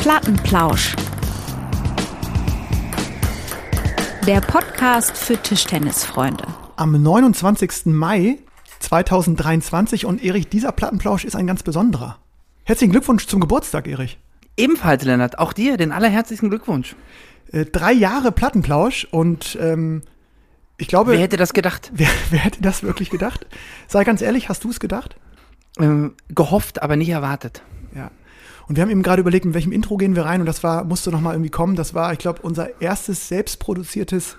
Plattenplausch. Der Podcast für Tischtennisfreunde. Am 29. Mai 2023 und Erich, dieser Plattenplausch ist ein ganz besonderer. Herzlichen Glückwunsch zum Geburtstag, Erich. Ebenfalls, Lennart, auch dir den allerherzlichsten Glückwunsch. 3 Jahre Plattenplausch und ich glaube... Wer hätte das gedacht? Wer hätte das wirklich gedacht? Sei ganz ehrlich, hast du es gedacht? Gehofft, aber nicht erwartet. Ja. Und wir haben eben gerade überlegt, in welchem Intro gehen wir rein und das musste nochmal irgendwie kommen. Das war, ich glaube, unser erstes selbstproduziertes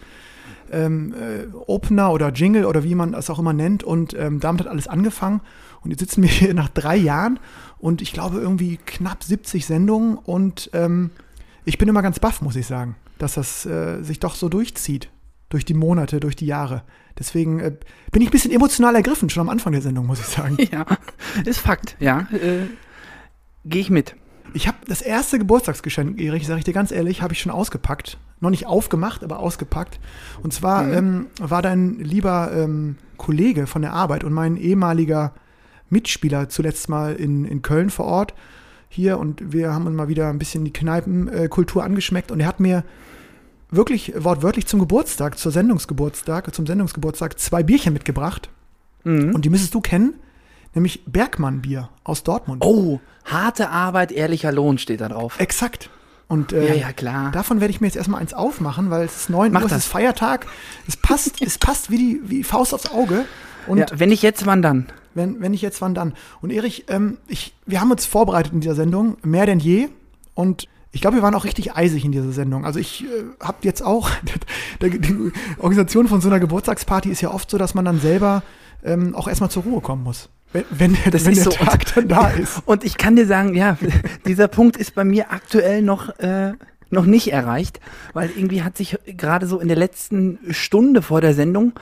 Opener oder Jingle oder wie man das auch immer nennt und damit hat alles angefangen und jetzt sitzen wir hier nach 3 Jahren und ich glaube irgendwie knapp 70 Sendungen und ich bin immer ganz baff, muss ich sagen, dass das sich doch so durchzieht, durch die Monate, durch die Jahre. Deswegen bin ich ein bisschen emotional ergriffen, schon am Anfang der Sendung, muss ich sagen. Ja, ist Fakt, ja. Gehe ich mit. Ich habe das erste Geburtstagsgeschenk, Erich, sage ich dir ganz ehrlich, habe ich schon ausgepackt. Noch nicht aufgemacht, aber ausgepackt. Und zwar war dein lieber Kollege von der Arbeit und mein ehemaliger Mitspieler zuletzt mal in Köln vor Ort hier. Und wir haben uns mal wieder ein bisschen die Kneipenkultur angeschmeckt. Und er hat mir wirklich wortwörtlich zum Sendungsgeburtstag 2 Bierchen mitgebracht. Mhm. Und die müsstest du kennen. Nämlich Bergmann-Bier aus Dortmund. Oh, harte Arbeit, ehrlicher Lohn steht da drauf. Exakt. Und ja, klar. Davon werde ich mir jetzt erstmal eins aufmachen, weil es ist 9 Uhr, es ist Feiertag. Es passt wie Faust aufs Auge. Und ja, wenn nicht jetzt, wann dann? Wenn nicht jetzt, wann dann? Und Erich, wir haben uns vorbereitet in dieser Sendung, mehr denn je. Und ich glaube, wir waren auch richtig eisig in dieser Sendung. Also ich habe jetzt auch, die Organisation von so einer Geburtstagsparty ist ja oft so, dass man dann selber auch erstmal zur Ruhe kommen muss. Wenn der so Tag dann da ist. Und ich kann dir sagen, ja, dieser Punkt ist bei mir aktuell noch nicht erreicht, weil irgendwie hat sich gerade so in der letzten Stunde vor der Sendung,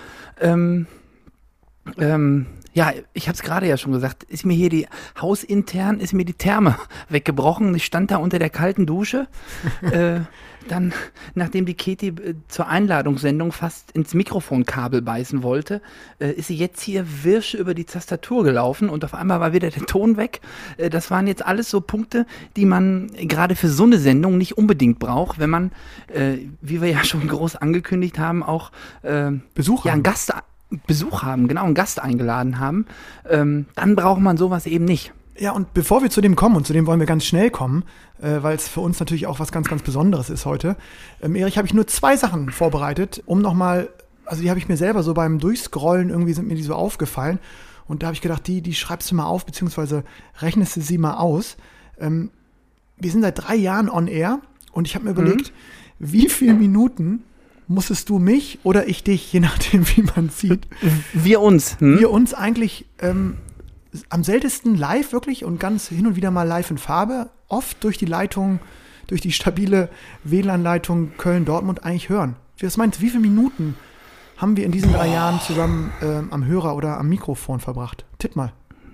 ja, ich habe es gerade ja schon gesagt, ist mir hier hausintern die Therme weggebrochen. Ich stand da unter der kalten Dusche. Dann, nachdem die Keti zur Einladungssendung fast ins Mikrofonkabel beißen wollte, ist sie jetzt hier wirsch über die Tastatur gelaufen und auf einmal war wieder der Ton weg. Das waren jetzt alles so Punkte, die man gerade für so eine Sendung nicht unbedingt braucht, wenn man, wie wir ja schon groß angekündigt haben, auch Besuch haben. Einen Gast eingeladen haben, dann braucht man sowas eben nicht. Ja, und bevor wir zu dem kommen, und zu dem wollen wir ganz schnell kommen, weil es für uns natürlich auch was ganz, ganz Besonderes ist heute. Erich, habe ich nur 2 Sachen vorbereitet, um nochmal, also die habe ich mir selber so beim Durchscrollen, irgendwie sind mir die so aufgefallen. Und da habe ich gedacht, die schreibst du mal auf, beziehungsweise rechnest du sie mal aus. Wir sind seit 3 Jahren on air und ich habe mir überlegt, wie viele Minuten musstest du mich oder ich dich, je nachdem, wie man sieht. Wir uns. Wir uns eigentlich am seltensten live wirklich und ganz hin und wieder mal live in Farbe, oft durch die Leitung, durch die stabile WLAN-Leitung Köln-Dortmund eigentlich hören. Was meinst du, wie viele Minuten haben wir in diesen 3 Jahren zusammen am Hörer oder am Mikrofon verbracht? Tipp mal.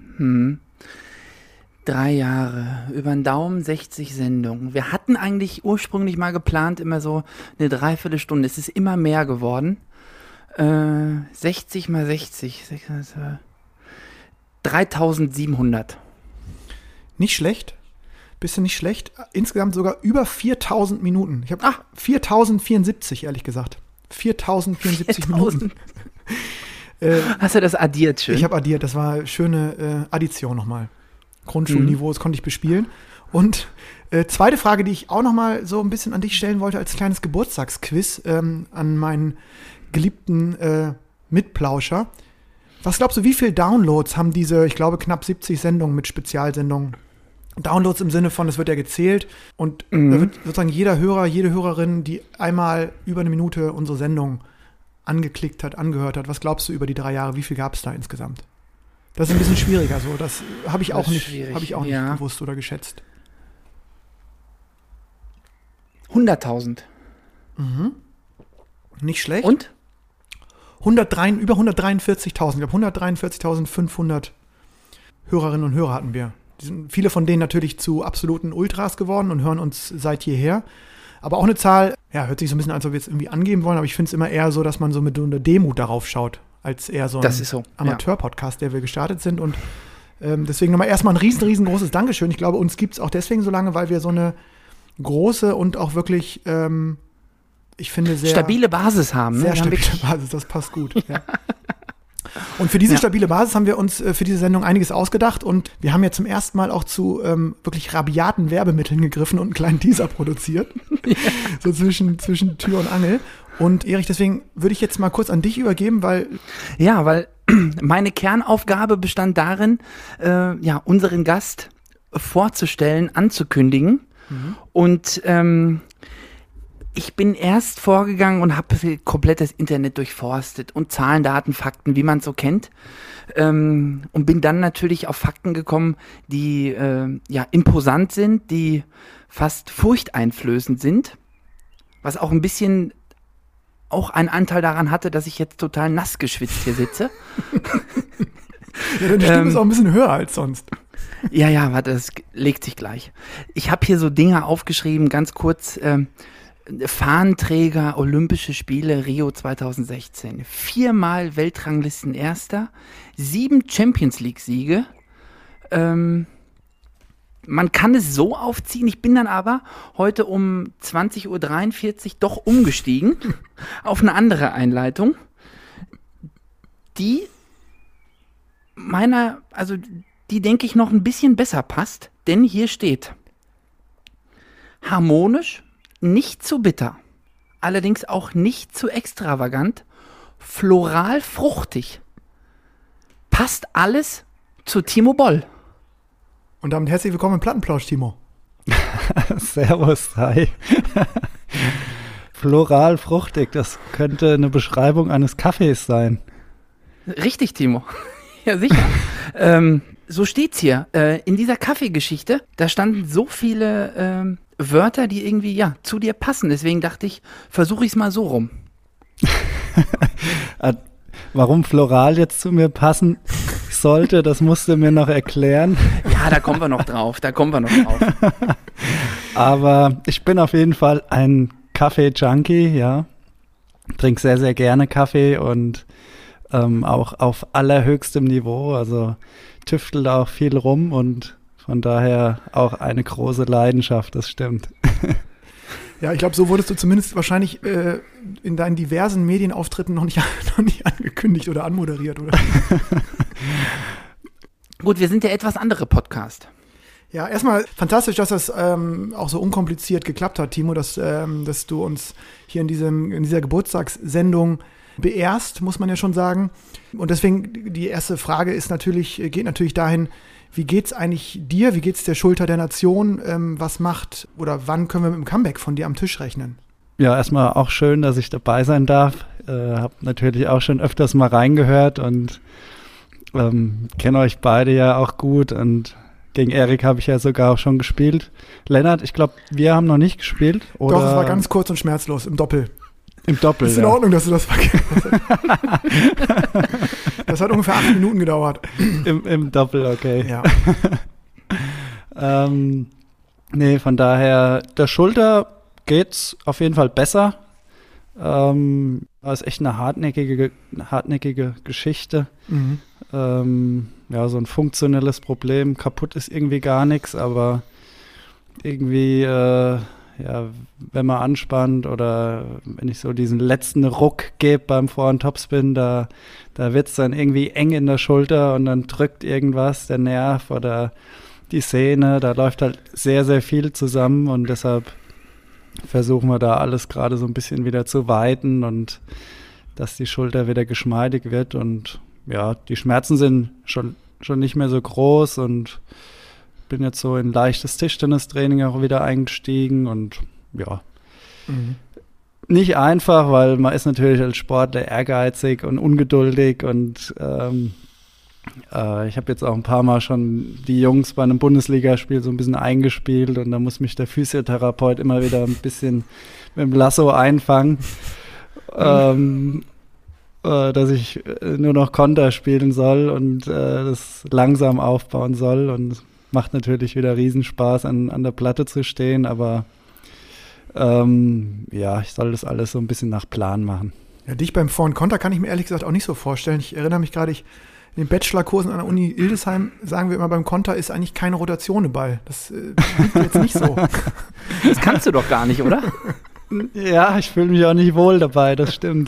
3 Jahre, über den Daumen 60 Sendungen. Wir hatten eigentlich ursprünglich mal geplant, immer so eine Dreiviertelstunde. Es ist immer mehr geworden. 60 mal 60, 3700. Nicht schlecht. Bisschen nicht schlecht. Insgesamt sogar über 4000 Minuten. Ich habe 4074, ehrlich gesagt. 4074 Minuten. Hast du das addiert schön? Ich habe addiert. Das war schöne Addition nochmal. Grundschulniveau, das konnte ich bespielen. Und zweite Frage, die ich auch noch mal so ein bisschen an dich stellen wollte, als kleines Geburtstagsquiz an meinen geliebten Mitplauscher. Was glaubst du, wie viele Downloads haben diese, ich glaube, knapp 70 Sendungen mit Spezialsendungen? Downloads im Sinne von, es wird ja gezählt und da wird sozusagen jeder Hörer, jede Hörerin, die einmal über eine Minute unsere Sendung angeklickt hat, angehört hat, was glaubst du über die 3 Jahre, wie viel gab es da insgesamt? Das ist ein bisschen schwieriger, so. Das habe ich auch nicht gewusst oder geschätzt. 100.000. Nicht schlecht. Und? Über 143.000. Ich glaube, 143.500 Hörerinnen und Hörer hatten wir. Viele von denen natürlich zu absoluten Ultras geworden und hören uns seit jeher. Aber auch eine Zahl, ja, hört sich so ein bisschen an, als ob wir jetzt irgendwie angeben wollen, aber ich finde es immer eher so, dass man so mit so einer Demut darauf schaut, als eher so ein Amateur-Podcast, der wir gestartet sind. Und deswegen nochmal erstmal ein riesengroßes Dankeschön. Ich glaube, uns gibt es auch deswegen so lange, weil wir so eine große und auch wirklich, ich finde, sehr stabile Basis haben. Sehr stabile Basis, das passt gut. Ja. Und für diese stabile Basis haben wir uns für diese Sendung einiges ausgedacht und wir haben ja zum ersten Mal auch zu wirklich rabiaten Werbemitteln gegriffen und einen kleinen Teaser produziert. Ja. So zwischen Tür und Angel. Und Erich, deswegen würde ich jetzt mal kurz an dich übergeben, weil meine Kernaufgabe bestand darin, unseren Gast vorzustellen, anzukündigen. Und ich bin erst vorgegangen und habe komplett das Internet durchforstet und Zahlen, Daten, Fakten, wie man es so kennt. Und bin dann natürlich auf Fakten gekommen, die imposant sind, die fast furchteinflößend sind. Was auch ein bisschen auch einen Anteil daran hatte, dass ich jetzt total nass geschwitzt hier sitze. Ja, deine Stimme ist auch ein bisschen höher als sonst. Ja, warte, das legt sich gleich. Ich habe hier so Dinge aufgeschrieben, ganz kurz. Fahnenträger Olympische Spiele Rio 2016. 4-mal Weltranglisten-Erster, 7 Champions-League-Siege. Man kann es so aufziehen, ich bin dann aber heute um 20:43 Uhr doch umgestiegen auf eine andere Einleitung, die denke ich noch ein bisschen besser passt, denn hier steht: harmonisch, nicht zu bitter, allerdings auch nicht zu extravagant, floral fruchtig. Passt alles zu Timo Boll. Und damit herzlich willkommen im Plattenplausch, Timo. Servus, hi. Floral fruchtig, das könnte eine Beschreibung eines Kaffees sein. Richtig, Timo. Ja, sicher. So steht's hier. In dieser Kaffeegeschichte, da standen so viele Wörter, die irgendwie zu dir passen. Deswegen dachte ich, versuche ich es mal so rum. Warum floral jetzt zu mir passen sollte, das musst du mir noch erklären. Ja, da kommen wir noch drauf. Aber ich bin auf jeden Fall ein Kaffee-Junkie, ja. Trinke sehr, sehr gerne Kaffee und auch auf allerhöchstem Niveau. Also tüftel da auch viel rum und von daher auch eine große Leidenschaft, das stimmt. Ja, ich glaube, so wurdest du zumindest wahrscheinlich in deinen diversen Medienauftritten noch nicht angekündigt oder anmoderiert, oder? Gut, wir sind der etwas andere Podcast. Ja, erstmal fantastisch, dass das auch so unkompliziert geklappt hat, Timo, dass du uns hier in dieser Geburtstagssendung beehrst, muss man ja schon sagen. Und deswegen, die erste Frage geht natürlich dahin, wie geht's eigentlich dir? Wie geht's der Schulter der Nation? Was macht oder wann können wir mit dem Comeback von dir am Tisch rechnen? Ja, erstmal auch schön, dass ich dabei sein darf. Hab natürlich auch schon öfters mal reingehört und kenne euch beide ja auch gut und gegen Erik habe ich ja sogar auch schon gespielt. Lennart, ich glaube, wir haben noch nicht gespielt. Oder? Doch, es war ganz kurz und schmerzlos im Doppel. Im Doppel, ist in Ordnung, dass du das vergessen hast. Das hat ungefähr 8 Minuten gedauert. Im Doppel, okay. Ja. Nee, von daher, der Schulter geht's auf jeden Fall besser. Das ist echt eine hartnäckige Geschichte. Mhm. So ein funktionelles Problem. Kaputt ist irgendwie gar nichts, aber irgendwie wenn man anspannt oder wenn ich so diesen letzten Ruck gebe beim Vor- und Topspin, da wird es dann irgendwie eng in der Schulter und dann drückt irgendwas, der Nerv oder die Sehne, da läuft halt sehr, sehr viel zusammen und deshalb versuchen wir da alles gerade so ein bisschen wieder zu weiten und dass die Schulter wieder geschmeidig wird und ja, die Schmerzen sind schon nicht mehr so groß und bin jetzt so in leichtes Tischtennistraining auch wieder eingestiegen und ja, nicht einfach, weil man ist natürlich als Sportler ehrgeizig und ungeduldig und ich habe jetzt auch ein paar Mal schon die Jungs bei einem Bundesligaspiel so ein bisschen eingespielt und da muss mich der Physiotherapeut immer wieder ein bisschen mit dem Lasso einfangen, dass ich nur noch Konter spielen soll und das langsam aufbauen soll und macht natürlich wieder Riesenspaß, an der Platte zu stehen, aber ich soll das alles so ein bisschen nach Plan machen. Ja, dich beim Vor- und Konter kann ich mir ehrlich gesagt auch nicht so vorstellen. Ich erinnere mich gerade, ich in den Bachelorkursen an der Uni Hildesheim sagen wir immer, beim Konter ist eigentlich keine Rotation im Ball. Das liegt jetzt nicht so. Das kannst du doch gar nicht, oder? Ja, ich fühle mich auch nicht wohl dabei, das stimmt.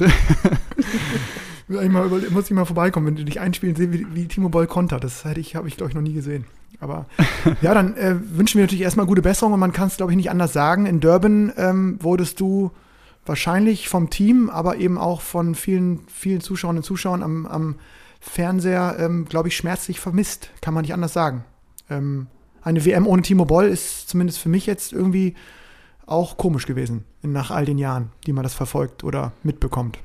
Muss ich mal vorbeikommen, wenn du dich einspielen sehe, wie Timo Boll kontert. Das habe ich, glaube ich, noch nie gesehen. Aber ja, dann wünschen wir natürlich erstmal gute Besserung und man kann es, glaube ich, nicht anders sagen. In Durban wurdest du wahrscheinlich vom Team, aber eben auch von vielen Zuschauerinnen und Zuschauern am Fernseher, glaube ich, schmerzlich vermisst. Kann man nicht anders sagen. Eine WM ohne Timo Boll ist zumindest für mich jetzt irgendwie auch komisch gewesen, nach all den Jahren, die man das verfolgt oder mitbekommt.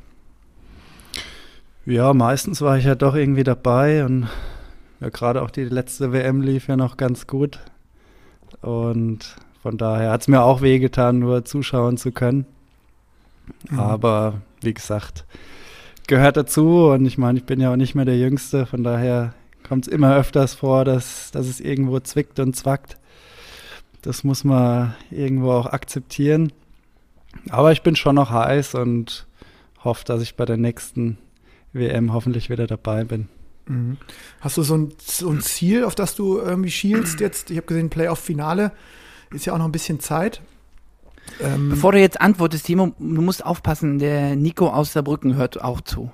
Ja, meistens war ich ja doch irgendwie dabei und ja, gerade auch die letzte WM lief ja noch ganz gut. Und von daher hat es mir auch wehgetan, nur zuschauen zu können. Mhm. Aber wie gesagt, gehört dazu und ich meine, ich bin ja auch nicht mehr der Jüngste, von daher kommt es immer öfters vor, dass es irgendwo zwickt und zwackt. Das muss man irgendwo auch akzeptieren. Aber ich bin schon noch heiß und hoffe, dass ich bei der nächsten WM hoffentlich wieder dabei bin. Mhm. Hast du so ein Ziel, auf das du irgendwie schielst jetzt? Ich habe gesehen, Playoff-Finale ist ja auch noch ein bisschen Zeit. Bevor du jetzt antwortest, Timo, du musst aufpassen, der Nico aus Saarbrücken hört auch zu.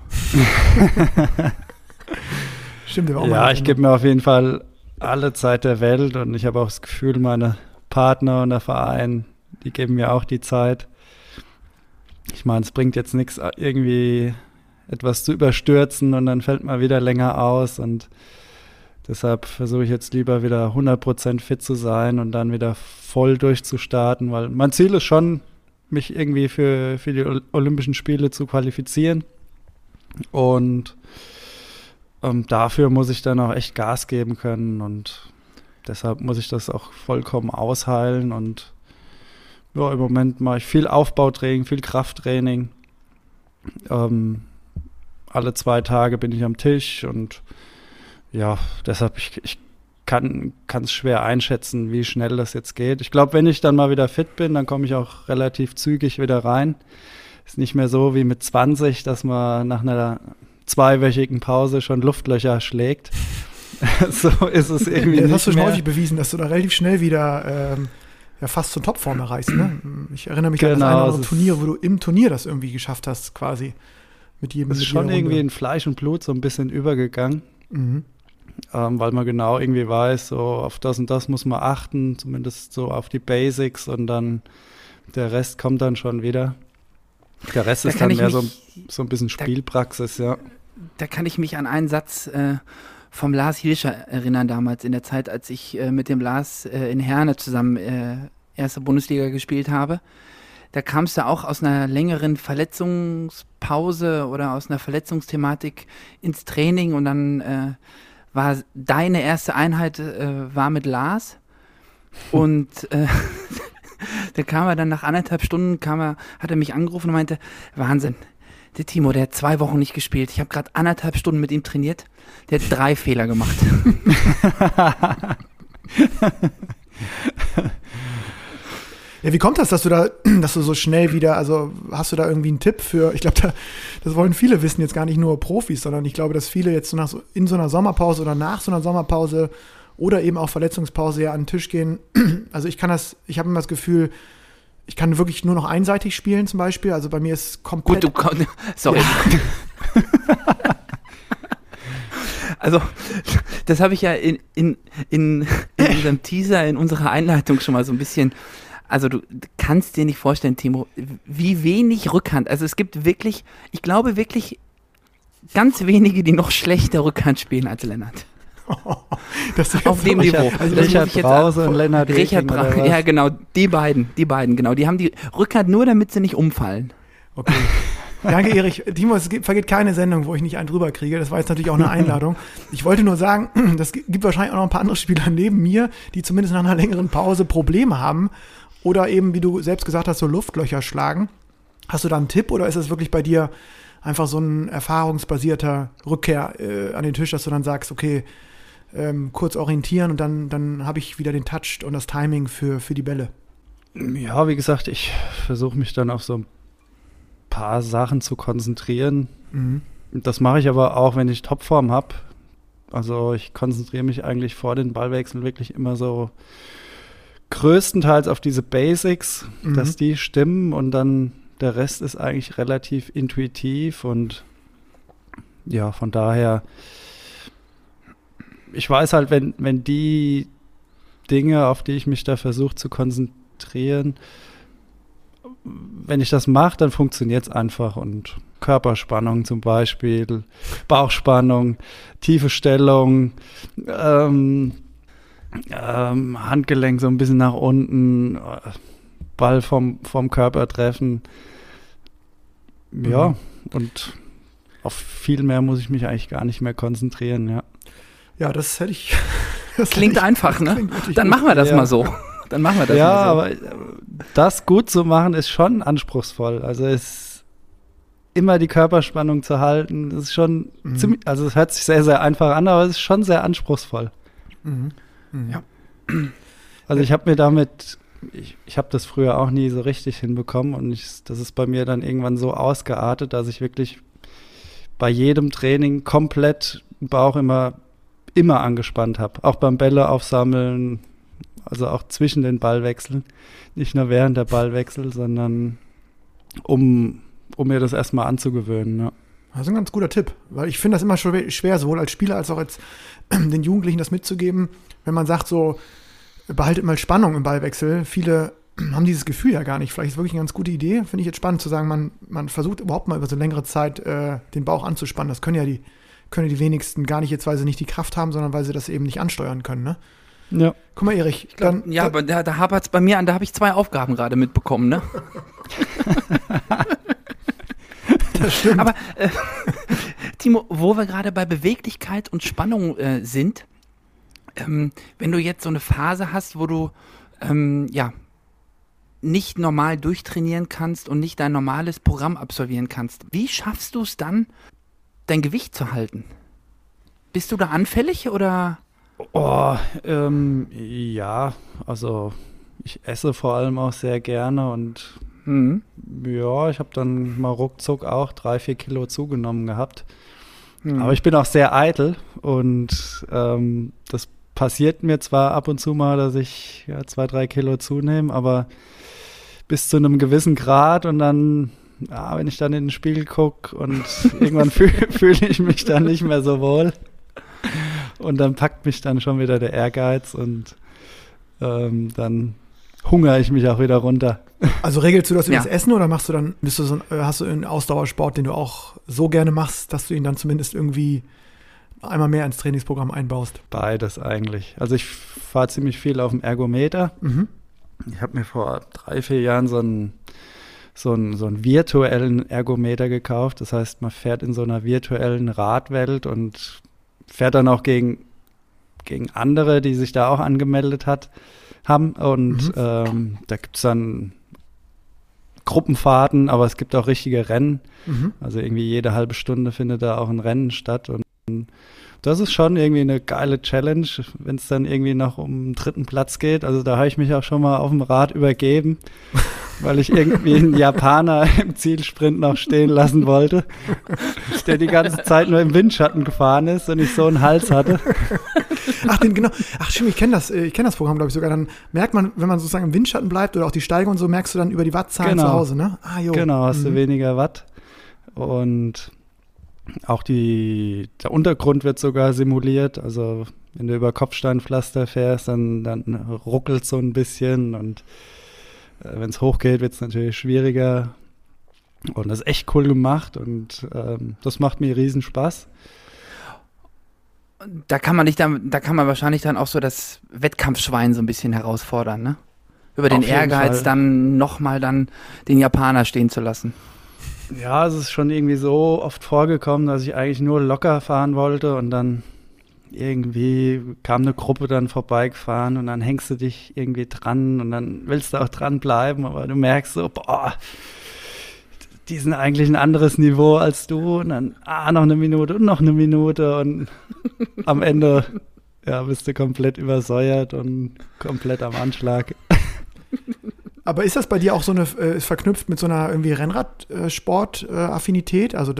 Stimmt, der war auch ja, ich gebe mir auf jeden Fall alle Zeit der Welt und ich habe auch das Gefühl, meine Partner und der Verein, die geben mir auch die Zeit. Ich meine, es bringt jetzt nichts, irgendwie etwas zu überstürzen und dann fällt man wieder länger aus und deshalb versuche ich jetzt lieber wieder 100% fit zu sein und dann wieder voll durchzustarten, weil mein Ziel ist schon, mich irgendwie für die Olympischen Spiele zu qualifizieren und dafür muss ich dann auch echt Gas geben können und deshalb muss ich das auch vollkommen ausheilen und ja, im Moment mache ich viel Aufbautraining, viel Krafttraining. Alle 2 Tage bin ich am Tisch und ja, deshalb ich kann es schwer einschätzen, wie schnell das jetzt geht. Ich glaube, wenn ich dann mal wieder fit bin, dann komme ich auch relativ zügig wieder rein. Ist nicht mehr so wie mit 20, dass man nach einer 2-wöchigen Pause schon Luftlöcher schlägt. So ist es irgendwie das nicht hast du schon mehr. häufig bewiesen, dass du da relativ schnell wieder fast zur Topform erreichst. Ne? Ich erinnere mich an das eine oder andere Turnier, wo du im Turnier das irgendwie geschafft hast, quasi. Mit jedem. Das ist schon irgendwie in Fleisch und Blut so ein bisschen übergegangen. Mhm. Weil man genau irgendwie weiß, so auf das und das muss man achten, zumindest so auf die Basics und dann der Rest kommt dann schon wieder. Der Rest ist dann mehr so ein bisschen Spielpraxis, ja. Da kann ich mich an einen Satz vom Lars Hilscher erinnern damals in der Zeit, als ich mit dem Lars in Herne zusammen erste Bundesliga gespielt habe. Da kamst du auch aus einer längeren Verletzungspause oder aus einer Verletzungsthematik ins Training und dann war deine erste Einheit war mit Lars und da kam er dann nach 1,5 Stunden, hat er mich angerufen und meinte, Wahnsinn, der Timo, der hat 2 Wochen nicht gespielt. Ich habe gerade 1,5 Stunden mit ihm trainiert. Der hat 3 Fehler gemacht. Ja, wie kommt das, dass du so schnell wieder, also hast du da irgendwie einen Tipp für, ich glaube, das wollen viele wissen, jetzt gar nicht nur Profis, sondern ich glaube, dass viele jetzt in so einer Sommerpause oder nach so einer Sommerpause oder eben auch Verletzungspause ja an den Tisch gehen. Also ich habe immer das Gefühl, ich kann wirklich nur noch einseitig spielen zum Beispiel, also bei mir ist komplett... Gut, sorry. Ja. Also, das habe ich ja in unserem Teaser, in unserer Einleitung schon mal so ein bisschen... Also du kannst dir nicht vorstellen, Timo, wie wenig Rückhand. Also es gibt wirklich, ich glaube wirklich ganz wenige, die noch schlechter Rückhand spielen als Lennart. Auf dem Niveau. Also Richard Brause und Lennart Richard Brause, ja genau, die beiden, genau. Die haben die Rückhand nur, damit sie nicht umfallen. Okay. Danke, Erich. Timo, es vergeht keine Sendung, wo ich nicht einen drüber kriege. Das war jetzt natürlich auch eine Einladung. Ich wollte nur sagen, das gibt wahrscheinlich auch noch ein paar andere Spieler neben mir, die zumindest nach einer längeren Pause Probleme haben. Oder eben, wie du selbst gesagt hast, so Luftlöcher schlagen. Hast du da einen Tipp oder ist es wirklich bei dir einfach so ein erfahrungsbasierter Rückkehr an den Tisch, dass du dann sagst, okay, kurz orientieren und dann habe ich wieder den Touch und das Timing für die Bälle? Ja, wie gesagt, ich versuche mich dann auf so ein paar Sachen zu konzentrieren. Mhm. Das mache ich aber auch, wenn ich Topform habe. Also ich konzentriere mich eigentlich vor den Ballwechseln wirklich immer so größtenteils auf diese Basics, dass die stimmen und dann der Rest ist eigentlich relativ intuitiv und ja, von daher, ich weiß halt, wenn die Dinge, auf die ich mich da versuche zu konzentrieren, wenn ich das mache, dann funktioniert es einfach und Körperspannung zum Beispiel, Bauchspannung, tiefe Stellung, Handgelenk so ein bisschen nach unten, Ball vom Körper treffen. Ja, und auf viel mehr muss ich mich eigentlich gar nicht mehr konzentrieren, ja. Ja, das hätte ich. Klingt einfach, ne? Dann machen wir das mal so. Dann machen wir das mal so. Aber das gut zu machen ist schon anspruchsvoll. Also es immer die Körperspannung zu halten, ist schon ziemlich, also es hört sich sehr, sehr einfach an, aber es ist schon sehr anspruchsvoll. Ja. Also ich habe mir damit, ich habe das früher auch nie so richtig hinbekommen und das ist bei mir dann irgendwann so ausgeartet, dass ich wirklich bei jedem Training komplett den Bauch immer angespannt habe. Auch beim Bälle aufsammeln, also auch zwischen den Ballwechseln. Nicht nur während der Ballwechsel, sondern um mir das erstmal anzugewöhnen. Ja. Das ist ein ganz guter Tipp, weil ich finde das immer schon schwer, sowohl als Spieler als auch als den Jugendlichen das mitzugeben, wenn man sagt so, behaltet mal Spannung im Ballwechsel. Viele haben dieses Gefühl ja gar nicht. Vielleicht ist es wirklich eine ganz gute Idee. Finde ich jetzt spannend zu sagen, man versucht überhaupt mal über so längere Zeit den Bauch anzuspannen. Das können ja die wenigsten gar nicht jetzt, weil sie nicht die Kraft haben, sondern weil sie das eben nicht ansteuern können, ne? Ja. Guck mal, Erich. Aber da hapert es bei mir an, da habe ich 2 Aufgaben gerade mitbekommen, ne? Das stimmt. Aber Timo, wo wir gerade bei Beweglichkeit und Spannung sind, wenn du jetzt so eine Phase hast, wo du nicht normal durchtrainieren kannst und nicht dein normales Programm absolvieren kannst, wie schaffst du es dann, dein Gewicht zu halten? Bist du da anfällig oder? Ja, also ich esse vor allem auch sehr gerne und ja, ich habe dann mal ruckzuck auch 3-4 Kilo zugenommen gehabt. Aber ich bin auch sehr eitel und das passiert mir zwar ab und zu mal, dass ich 2-3 Kilo zunehme, aber bis zu einem gewissen Grad und dann, wenn ich dann in den Spiegel gucke und irgendwann fühle ich mich dann nicht mehr so wohl und dann packt mich dann schon wieder der Ehrgeiz und dann hungere ich mich auch wieder runter. Also regelst du das über das Essen oder hast du einen Ausdauersport, den du auch so gerne machst, dass du ihn dann zumindest irgendwie einmal mehr ins Trainingsprogramm einbaust? Beides eigentlich. Also ich fahre ziemlich viel auf dem Ergometer. Ich habe mir vor 3-4 Jahren so einen virtuellen Ergometer gekauft. Das heißt, man fährt in so einer virtuellen Radwelt und fährt dann auch gegen andere, die sich da auch angemeldet haben. Und da gibt es dann Gruppenfahrten, aber es gibt auch richtige Rennen. Also irgendwie jede halbe Stunde findet da auch ein Rennen statt. Und das ist schon irgendwie eine geile Challenge, wenn es dann irgendwie noch um den 3. Platz geht. Also da habe ich mich auch schon mal auf dem Rad übergeben, weil ich irgendwie einen Japaner im Zielsprint noch stehen lassen wollte, der die ganze Zeit nur im Windschatten gefahren ist und ich so einen Hals hatte. Genau. Ach stimmt, ich kenne das Programm, glaube ich, sogar. Dann merkt man, wenn man sozusagen im Windschatten bleibt oder auch die Steigung und so, merkst du dann über die Wattzahlen zu Hause, ne? Genau, hast du weniger Watt. Und auch der Untergrund wird sogar simuliert. Also wenn du über Kopfsteinpflaster fährst, dann ruckelt es so ein bisschen und wenn es hochgeht, wird es natürlich schwieriger. Und das ist echt cool gemacht und das macht mir riesen Spaß. Da kann man wahrscheinlich dann auch so das Wettkampfschwein so ein bisschen herausfordern, ne? Über den Ehrgeiz dann nochmal den Japaner stehen zu lassen. Ja, es ist schon irgendwie so oft vorgekommen, dass ich eigentlich nur locker fahren wollte und dann irgendwie kam eine Gruppe dann vorbeigefahren und dann hängst du dich irgendwie dran und dann willst du auch dran bleiben, aber du merkst so, die sind eigentlich ein anderes Niveau als du und dann noch eine Minute und noch eine Minute und am Ende bist du komplett übersäuert und komplett am Anschlag. Aber ist das bei dir auch so ist verknüpft mit so einer irgendwie Rennradsport-Affinität? Also,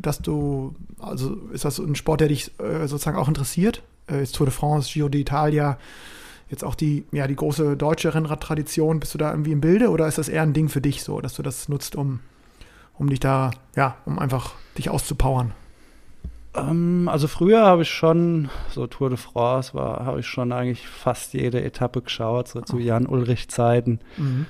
ist das ein Sport, der dich sozusagen auch interessiert? Jetzt Tour de France, Giro d'Italia, jetzt auch die große deutsche Rennradtradition. Bist du da irgendwie im Bilde oder ist das eher ein Ding für dich so, dass du das nutzt, um dich da, um einfach dich auszupowern? Also früher habe ich schon, so Tour de France habe ich schon eigentlich fast jede Etappe geschaut, so zu Jan-Ulrich-Zeiten. Mhm.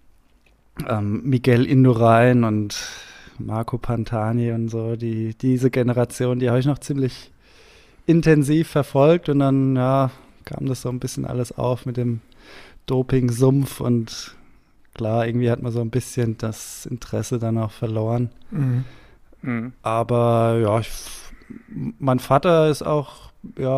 Miguel Indurain und Marco Pantani und so, diese Generation, die habe ich noch ziemlich intensiv verfolgt und dann, kam das so ein bisschen alles auf mit dem Doping-Sumpf und klar, irgendwie hat man so ein bisschen das Interesse dann auch verloren. Mhm. Mhm. Aber mein Vater ist auch,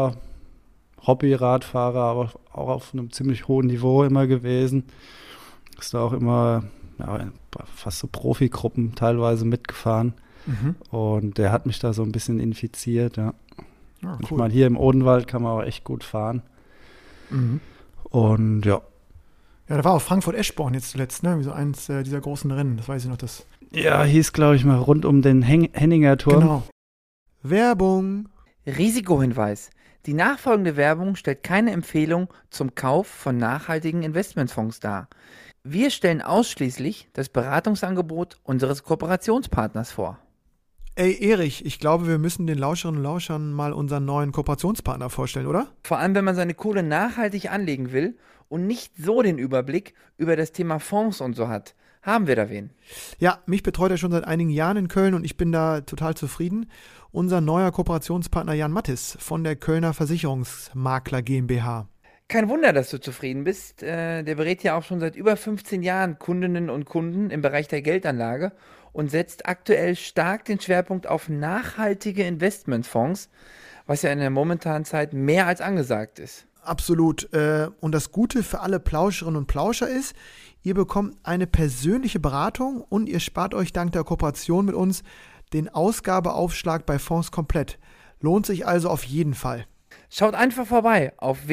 Hobby-Radfahrer, aber auch auf einem ziemlich hohen Niveau immer gewesen. Ist da auch immer fast so Profigruppen teilweise mitgefahren. Mhm. Und der hat mich da so ein bisschen infiziert, ja. Ah, cool. Ich meine, hier im Odenwald kann man auch echt gut fahren. Mhm. Und ja. Ja, da war auch Frankfurt-Eschborn jetzt zuletzt, ne? Wie so eins dieser großen Rennen, das weiß ich noch. Ja, hieß, glaube ich, mal rund um den Henninger Turm. Genau. Werbung. Risikohinweis. Die nachfolgende Werbung stellt keine Empfehlung zum Kauf von nachhaltigen Investmentfonds dar. Wir stellen ausschließlich das Beratungsangebot unseres Kooperationspartners vor. Ey, Erich, ich glaube, wir müssen den Lauscherinnen und Lauschern mal unseren neuen Kooperationspartner vorstellen, oder? Vor allem, wenn man seine Kohle nachhaltig anlegen will und nicht so den Überblick über das Thema Fonds und so hat. Haben wir da wen? Ja, mich betreut er schon seit einigen Jahren in Köln und ich bin da total zufrieden. Unser neuer Kooperationspartner Jan Mattis von der Kölner Versicherungsmakler GmbH. Kein Wunder, dass du zufrieden bist. Der berät ja auch schon seit über 15 Jahren Kundinnen und Kunden im Bereich der Geldanlage und setzt aktuell stark den Schwerpunkt auf nachhaltige Investmentfonds, was ja in der momentanen Zeit mehr als angesagt ist. Absolut. Und das Gute für alle Plauscherinnen und Plauscher ist, ihr bekommt eine persönliche Beratung und ihr spart euch dank der Kooperation mit uns den Ausgabeaufschlag bei Fonds komplett. Lohnt sich also auf jeden Fall. Schaut einfach vorbei auf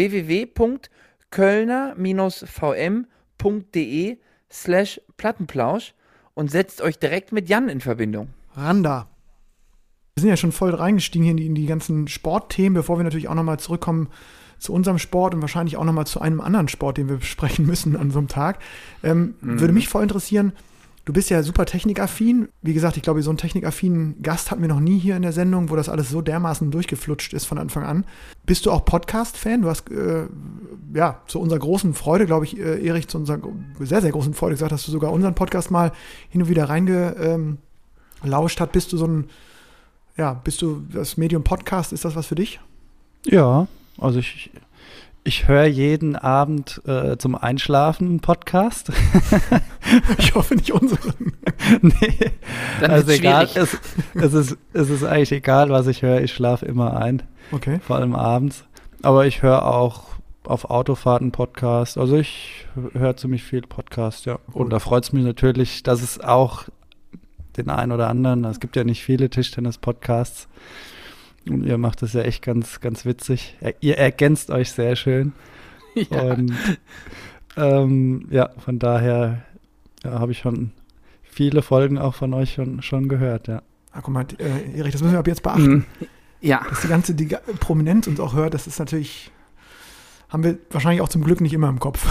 www.kölner-vm.de/Plattenplausch und setzt euch direkt mit Jan in Verbindung. Randa. Wir sind ja schon voll reingestiegen hier in die ganzen Sportthemen, bevor wir natürlich auch nochmal zurückkommen zu unserem Sport und wahrscheinlich auch nochmal zu einem anderen Sport, den wir besprechen müssen an so einem Tag. Würde mich voll interessieren, du bist ja super technikaffin. Wie gesagt, ich glaube, so einen technikaffinen Gast hatten wir noch nie hier in der Sendung, wo das alles so dermaßen durchgeflutscht ist von Anfang an. Bist du auch Podcast-Fan? Du hast, zu unserer großen Freude, glaube ich, Erich, zu unserer sehr, sehr großen Freude gesagt, dass du sogar unseren Podcast mal hin und wieder reingelauscht hast. Bist du bist du das Medium Podcast, ist das was für dich? Ja, also ich höre jeden Abend zum Einschlafen einen Podcast. Ich hoffe nicht unseren. Nee, Dann also wird's egal, schwierig. es ist eigentlich egal, was ich höre. Ich schlafe immer ein, Okay. vor allem abends. Aber ich höre auch auf Autofahrten Podcast. Also ich höre ziemlich viel Podcast, ja. Und da freut es mich natürlich, dass es auch den einen oder anderen, es gibt ja nicht viele Tischtennis-Podcasts. Und ihr macht das ja echt ganz, ganz witzig. Ihr ergänzt euch sehr schön. Ja. Und von daher habe ich schon viele Folgen auch von euch schon gehört, ja. Ah, guck mal, Erich, das müssen wir ab jetzt beachten. Ja. Dass die Prominenz uns auch hört, das ist natürlich, haben wir wahrscheinlich auch zum Glück nicht immer im Kopf.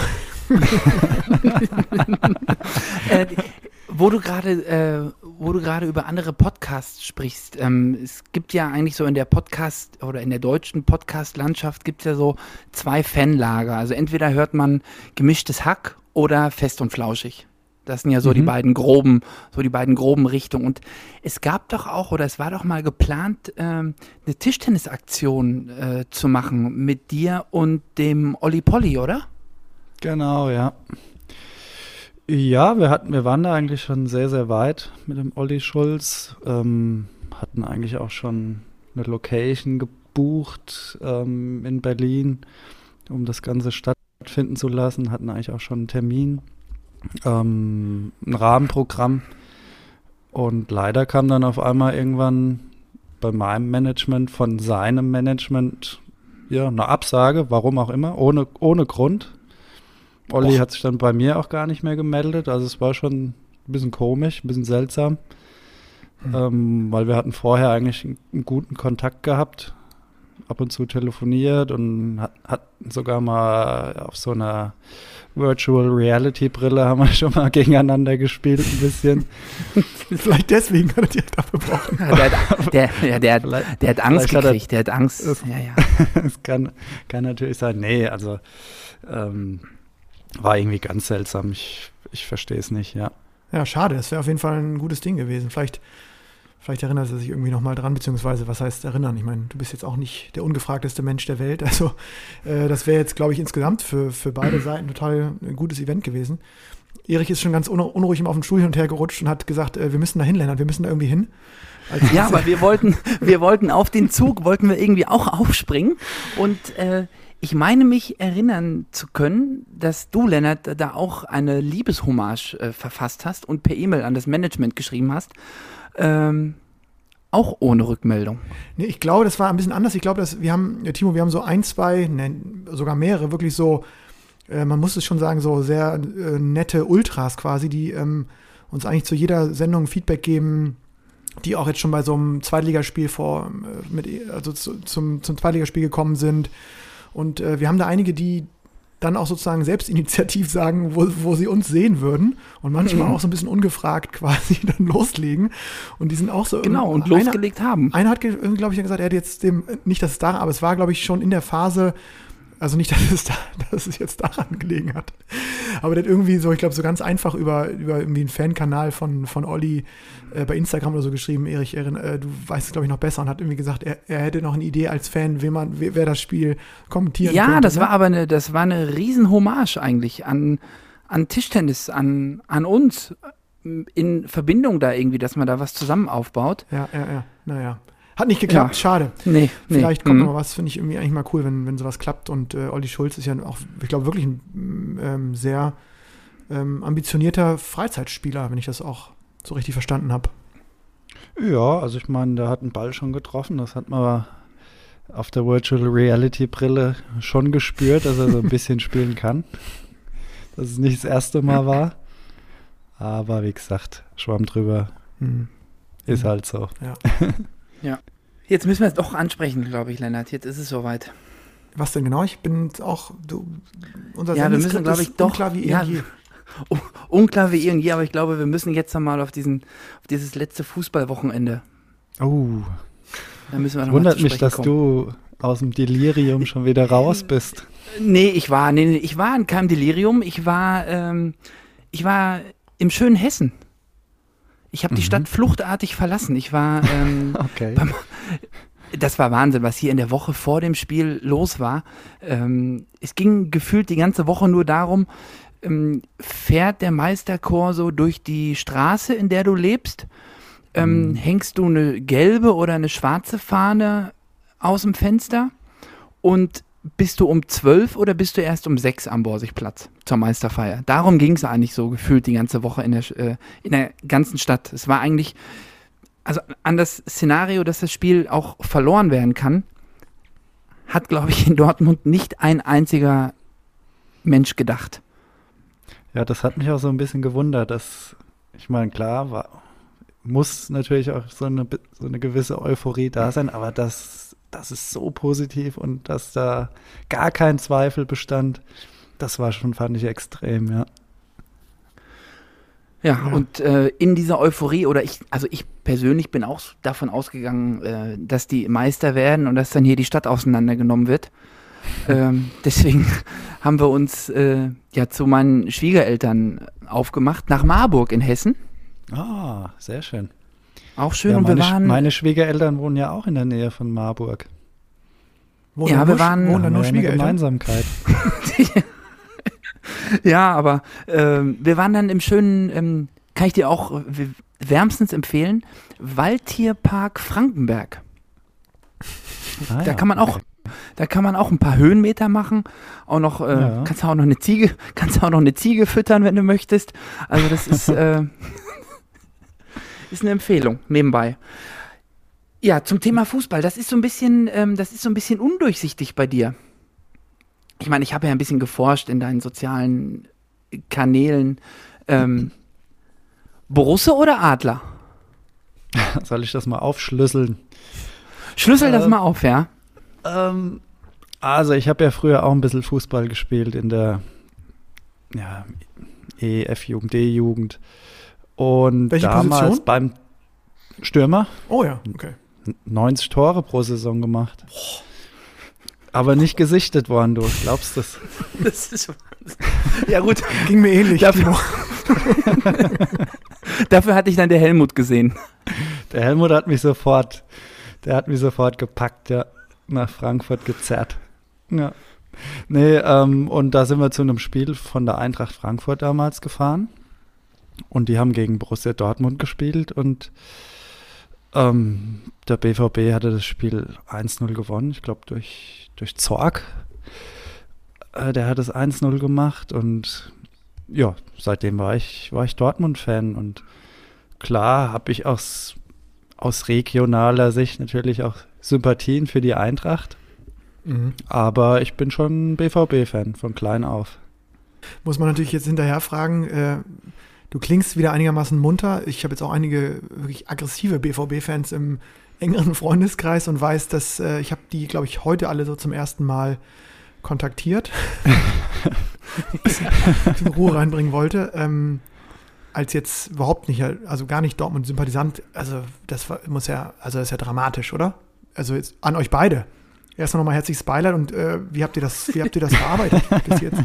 Wo du gerade über andere Podcasts sprichst, es gibt ja eigentlich so in der Podcast- oder in der deutschen Podcast-Landschaft gibt es ja so zwei Fanlager. Also entweder hört man Gemischtes Hack oder Fest und Flauschig. Das sind ja so die beiden groben Richtungen. Und es gab doch auch, oder es war doch mal geplant, eine Tischtennisaktion zu machen mit dir und dem Olli Polly, oder? Genau, ja. Ja, wir waren da eigentlich schon sehr, sehr weit mit dem Olli Schulz. Hatten eigentlich auch schon eine Location gebucht in Berlin, um das Ganze stattfinden zu lassen. Hatten eigentlich auch schon einen Termin, ein Rahmenprogramm. Und leider kam dann auf einmal irgendwann bei meinem Management von seinem Management eine Absage, warum auch immer, ohne Grund. Olli hat sich dann bei mir auch gar nicht mehr gemeldet. Also es war schon ein bisschen komisch, ein bisschen seltsam. Weil wir hatten vorher eigentlich einen guten Kontakt gehabt, ab und zu telefoniert und hat sogar mal auf so einer Virtual Reality Brille haben wir schon mal gegeneinander gespielt ein bisschen. Vielleicht deswegen hat er direkt abgebrochen. Der hat Angst gekriegt, der hat Angst. Das kann natürlich sein. Nee, also war irgendwie ganz seltsam. Ich verstehe es nicht, ja. Ja, schade. Das wäre auf jeden Fall ein gutes Ding gewesen. Vielleicht erinnert er sich irgendwie nochmal dran, beziehungsweise was heißt erinnern? Ich meine, du bist jetzt auch nicht der ungefragteste Mensch der Welt. Also das wäre jetzt, glaube ich, insgesamt für beide Seiten total ein gutes Event gewesen. Erich ist schon ganz unruhig immer auf dem Stuhl hin und her gerutscht und hat gesagt, wir müssen da hin, Lennart, wir müssen da irgendwie hin. Ja, aber wir wollten auf den Zug, wollten wir irgendwie auch aufspringen und ich meine mich erinnern zu können, dass du, Lennart, da auch eine Liebeshommage verfasst hast und per E-Mail an das Management geschrieben hast. Auch ohne Rückmeldung. Nee, ich glaube, das war ein bisschen anders. Ich glaube, wir haben so ein, zwei, sogar mehrere, wirklich so, man muss es schon sagen, so sehr nette Ultras quasi, die uns eigentlich zu jeder Sendung Feedback geben, die auch jetzt schon bei so einem Zweitligaspiel zum Zweitligaspiel gekommen sind. Und wir haben da einige, die dann auch sozusagen selbstinitiativ sagen, wo sie uns sehen würden und manchmal auch so ein bisschen ungefragt quasi dann loslegen und die sind auch so und losgelegt haben. Einer hat, glaube ich, gesagt, er hat jetzt nicht, dass es daran, aber es war, glaube ich, schon in der Phase, also nicht, dass es jetzt daran gelegen hat, aber der hat irgendwie so, ich glaube, so ganz einfach über irgendwie einen Fankanal von Olli bei Instagram oder so geschrieben, Erich, du weißt es, glaube ich, noch besser und hat irgendwie gesagt, er hätte noch eine Idee als Fan, wer das Spiel kommentieren könnte. Ja, das war aber eine Riesen-Hommage eigentlich an Tischtennis, an uns in Verbindung da irgendwie, dass man da was zusammen aufbaut. Ja, naja. Hat nicht geklappt, schade. Nee. Vielleicht kommt noch mal was, finde ich irgendwie eigentlich mal cool, wenn sowas klappt. Und Olli Schulz ist ja auch, ich glaube, wirklich ein sehr ambitionierter Freizeitspieler, wenn ich das auch so richtig verstanden habe. Ja, also ich meine, der hat einen Ball schon getroffen. Das hat man auf der Virtual Reality Brille schon gespürt, dass er so ein bisschen spielen kann. Dass es nicht das erste Mal war. Aber wie gesagt, Schwamm drüber. Ist halt so. Ja. Jetzt müssen wir es doch ansprechen, glaube ich, Lennart. Jetzt ist es soweit. Was denn genau? Ich bin auch, unser wir müssen, glaube ich, doch unklar wie eh und je. Unklar wie eh und je, aber ich glaube, wir müssen jetzt nochmal auf dieses letzte Fußballwochenende. Oh. Da müssen wir noch wundert mich, dass du aus dem Delirium schon wieder raus bist. Nee, ich war in keinem Delirium. Ich war im schönen Hessen. Ich habe die Stadt fluchtartig verlassen. Ich war okay. Das war Wahnsinn, was hier in der Woche vor dem Spiel los war. Es ging gefühlt die ganze Woche nur darum, fährt der Meisterchor so durch die Straße, in der du lebst? Hängst du eine gelbe oder eine schwarze Fahne aus dem Fenster? Und bist du um 12 oder bist du erst um 6 am Borsigplatz zur Meisterfeier? Darum ging es eigentlich so gefühlt die ganze Woche in der ganzen Stadt. Es war eigentlich, also an das Szenario, dass das Spiel auch verloren werden kann, hat, glaube ich, in Dortmund nicht ein einziger Mensch gedacht. Ja, das hat mich auch so ein bisschen gewundert, dass, ich meine, klar, muss natürlich auch so eine gewisse Euphorie da sein, aber das ist so positiv und dass da gar kein Zweifel bestand, das war schon, fand ich, extrem, ja. Ja, und in dieser Euphorie, oder ich persönlich bin auch davon ausgegangen, dass die Meister werden und dass dann hier die Stadt auseinandergenommen wird. Deswegen haben wir uns zu meinen Schwiegereltern aufgemacht, nach Marburg in Hessen. Ah, sehr schön. Auch schön. Ja, und meine Schwiegereltern wohnen ja auch in der Nähe von Marburg. Wohnen da nur Schwiegereltern? Gemeinsamkeit. Ja, aber wir waren dann im schönen, kann ich dir auch wärmstens empfehlen, Waldtierpark Frankenberg. Da kann man auch ein paar Höhenmeter machen, auch noch kannst du auch noch eine Ziege füttern, wenn du möchtest. Also das ist ist eine Empfehlung nebenbei. Ja, zum Thema Fußball, das ist so ein bisschen undurchsichtig bei dir. ich meine, ich habe ja ein bisschen geforscht in deinen sozialen Kanälen. Borusse oder Adler? Soll ich das mal aufschlüsseln? Schlüssel das mal auf, ja. Also ich habe ja früher auch ein bisschen Fußball gespielt in der E-F-Jugend, D-Jugend. Und welche damals Position? beim Stürmer Oh ja, okay. 90 Tore pro Saison gemacht. Aber nicht gesichtet worden, du glaubst das? Das ist Wahnsinn. Ja gut, Ging mir ähnlich. dafür hatte ich dann der Helmut gesehen. Der Helmut hat mich sofort gepackt, ja, nach Frankfurt gezerrt. Ja. Nee, und da sind wir zu einem Spiel von der Eintracht Frankfurt damals gefahren. Und die haben gegen Borussia Dortmund gespielt und der BVB hatte das Spiel 1-0 gewonnen, ich glaube durch Zorc. Der hat es 1-0 gemacht und ja, seitdem war ich Dortmund-Fan und klar habe ich aus regionaler Sicht natürlich auch Sympathien für die Eintracht, aber ich bin schon BVB-Fan von klein auf. Muss man natürlich jetzt hinterher fragen, du klingst wieder einigermaßen munter. Ich habe jetzt auch einige wirklich aggressive BVB-Fans im engeren Freundeskreis und weiß, dass ich habe die, glaube ich, heute alle so zum ersten Mal kontaktiert, ein bisschen Ruhe reinbringen wollte, als jetzt überhaupt nicht, also gar nicht Dortmund-Sympathisant. Also das ist ja dramatisch, oder? Also jetzt an euch beide. Erst noch mal herzliches Beileid und wie habt ihr das verarbeitet bis jetzt?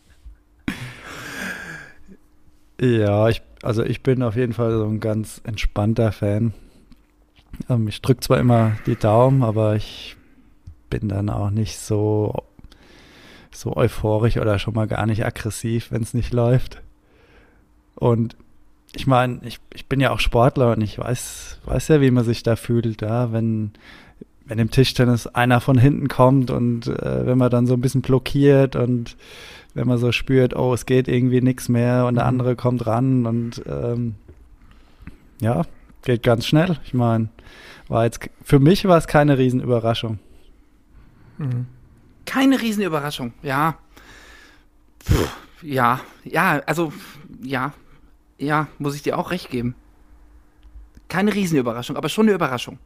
Ja, ich bin auf jeden Fall so ein ganz entspannter Fan. Ich drücke zwar immer die Daumen, aber ich bin dann auch nicht so euphorisch oder schon mal gar nicht aggressiv, wenn es nicht läuft. Und ich meine, ich bin ja auch Sportler und ich weiß ja, wie man sich da fühlt, ja, wenn im Tischtennis einer von hinten kommt und wenn man dann so ein bisschen blockiert und wenn man so spürt, oh, es geht irgendwie nichts mehr und der andere kommt ran und ja, geht ganz schnell. Ich meine, für mich war es keine Riesenüberraschung. Mhm. Keine Riesenüberraschung, ja. Ja, muss ich dir auch recht geben. Keine Riesenüberraschung, aber schon eine Überraschung.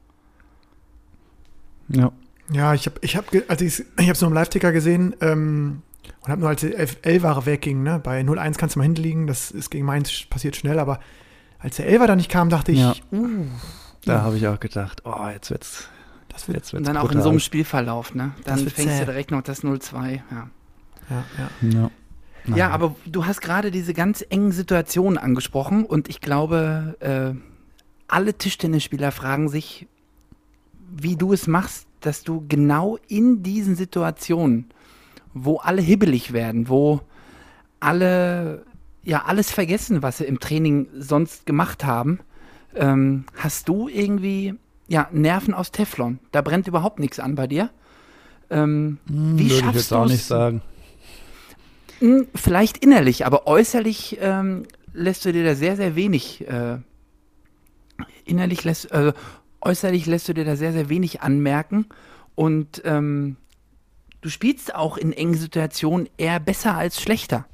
Ja. Ja, ich hab's nur im Live-Ticker gesehen und habe nur, als der Elfer wegging, ne? Bei 0-1 kannst du mal hinlegen, das ist gegen Mainz passiert schnell, aber als der Elfer da nicht kam, dachte ich, Ja. Da habe ich auch gedacht, oh, jetzt wird's und dann brutal. auch in so einem Spielverlauf, ne? Dann Das wird fängst zäh. du direkt noch das 0-2, ja. Ja. Ja. Ja, aber du hast gerade diese ganz engen Situationen angesprochen und ich glaube, alle Tischtennisspieler fragen sich, wie du es machst, dass du genau in diesen Situationen, wo alle hibbelig werden, wo alle alles vergessen, was sie im Training sonst gemacht haben, hast du irgendwie Nerven aus Teflon. Da brennt überhaupt nichts an bei dir. Wie würde ich schaffst jetzt auch du's? nicht sagen. Vielleicht innerlich, aber äußerlich lässt du dir da sehr, sehr wenig äußerlich lässt du dir da sehr, sehr wenig anmerken und du spielst auch in engen Situationen eher besser als schlechter.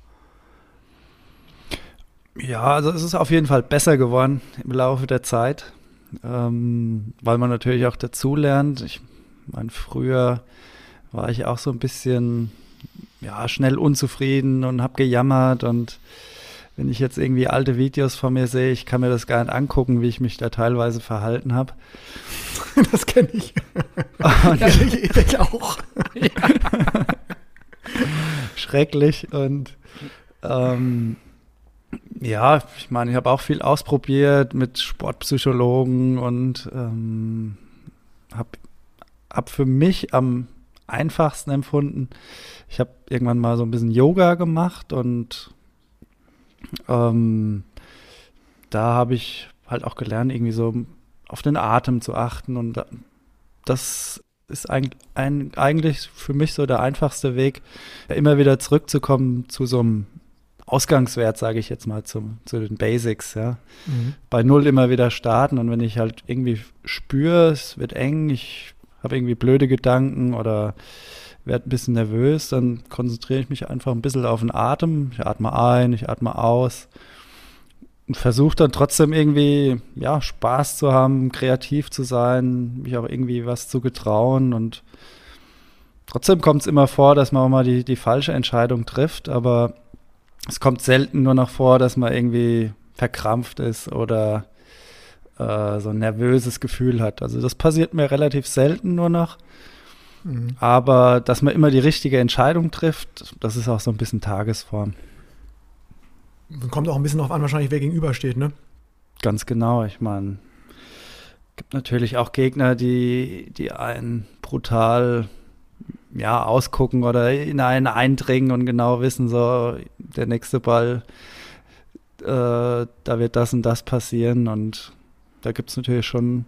Ja, also es ist auf jeden Fall besser geworden im Laufe der Zeit, weil man natürlich auch dazulernt. Ich meine, früher war ich auch so ein bisschen schnell unzufrieden und habe gejammert und wenn ich jetzt irgendwie alte Videos von mir sehe, ich kann mir das gar nicht angucken, wie ich mich da teilweise verhalten habe. Das kenne ich. Ich auch. Schrecklich und ich meine, ich habe auch viel ausprobiert mit Sportpsychologen und hab für mich am einfachsten empfunden. Ich habe irgendwann mal so ein bisschen Yoga gemacht und da habe ich halt auch gelernt, irgendwie so auf den Atem zu achten und das ist eigentlich für mich so der einfachste Weg, immer wieder zurückzukommen zu so einem Ausgangswert, sage ich jetzt mal, zu den Basics, ja. Mhm. Bei Null immer wieder starten und wenn ich halt irgendwie spüre, es wird eng, ich habe irgendwie blöde Gedanken oder werde ein bisschen nervös, dann konzentriere ich mich einfach ein bisschen auf den Atem. Ich atme ein, ich atme aus und versuche dann trotzdem irgendwie, ja, Spaß zu haben, kreativ zu sein, mich auch irgendwie was zu getrauen, und trotzdem kommt es immer vor, dass man auch mal die falsche Entscheidung trifft, aber es kommt selten nur noch vor, dass man irgendwie verkrampft ist oder so ein nervöses Gefühl hat. Also das passiert mir relativ selten nur noch. Aber dass man immer die richtige Entscheidung trifft, das ist auch so ein bisschen Tagesform. Kommt auch ein bisschen darauf an, wahrscheinlich, wer gegenübersteht, ne? Ganz genau. Ich meine, es gibt natürlich auch Gegner, die einen brutal ausgucken oder in einen eindringen und genau wissen, so, der nächste Ball, da wird das und das passieren, und da gibt es natürlich schon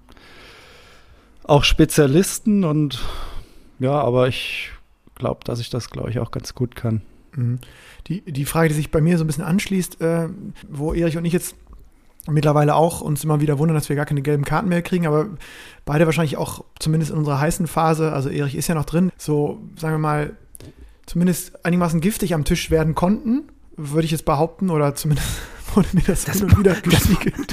auch Spezialisten, und ja, aber ich glaube, dass ich das, glaube ich, auch ganz gut kann. Die Frage, die sich bei mir so ein bisschen anschließt, wo Erich und ich jetzt mittlerweile auch uns immer wieder wundern, dass wir gar keine gelben Karten mehr kriegen, aber beide wahrscheinlich auch zumindest in unserer heißen Phase, also Erich ist ja noch drin, so, sagen wir mal, zumindest einigermaßen giftig am Tisch werden konnten, würde ich jetzt behaupten, oder zumindest wurde mir das hin und wieder gespiegelt.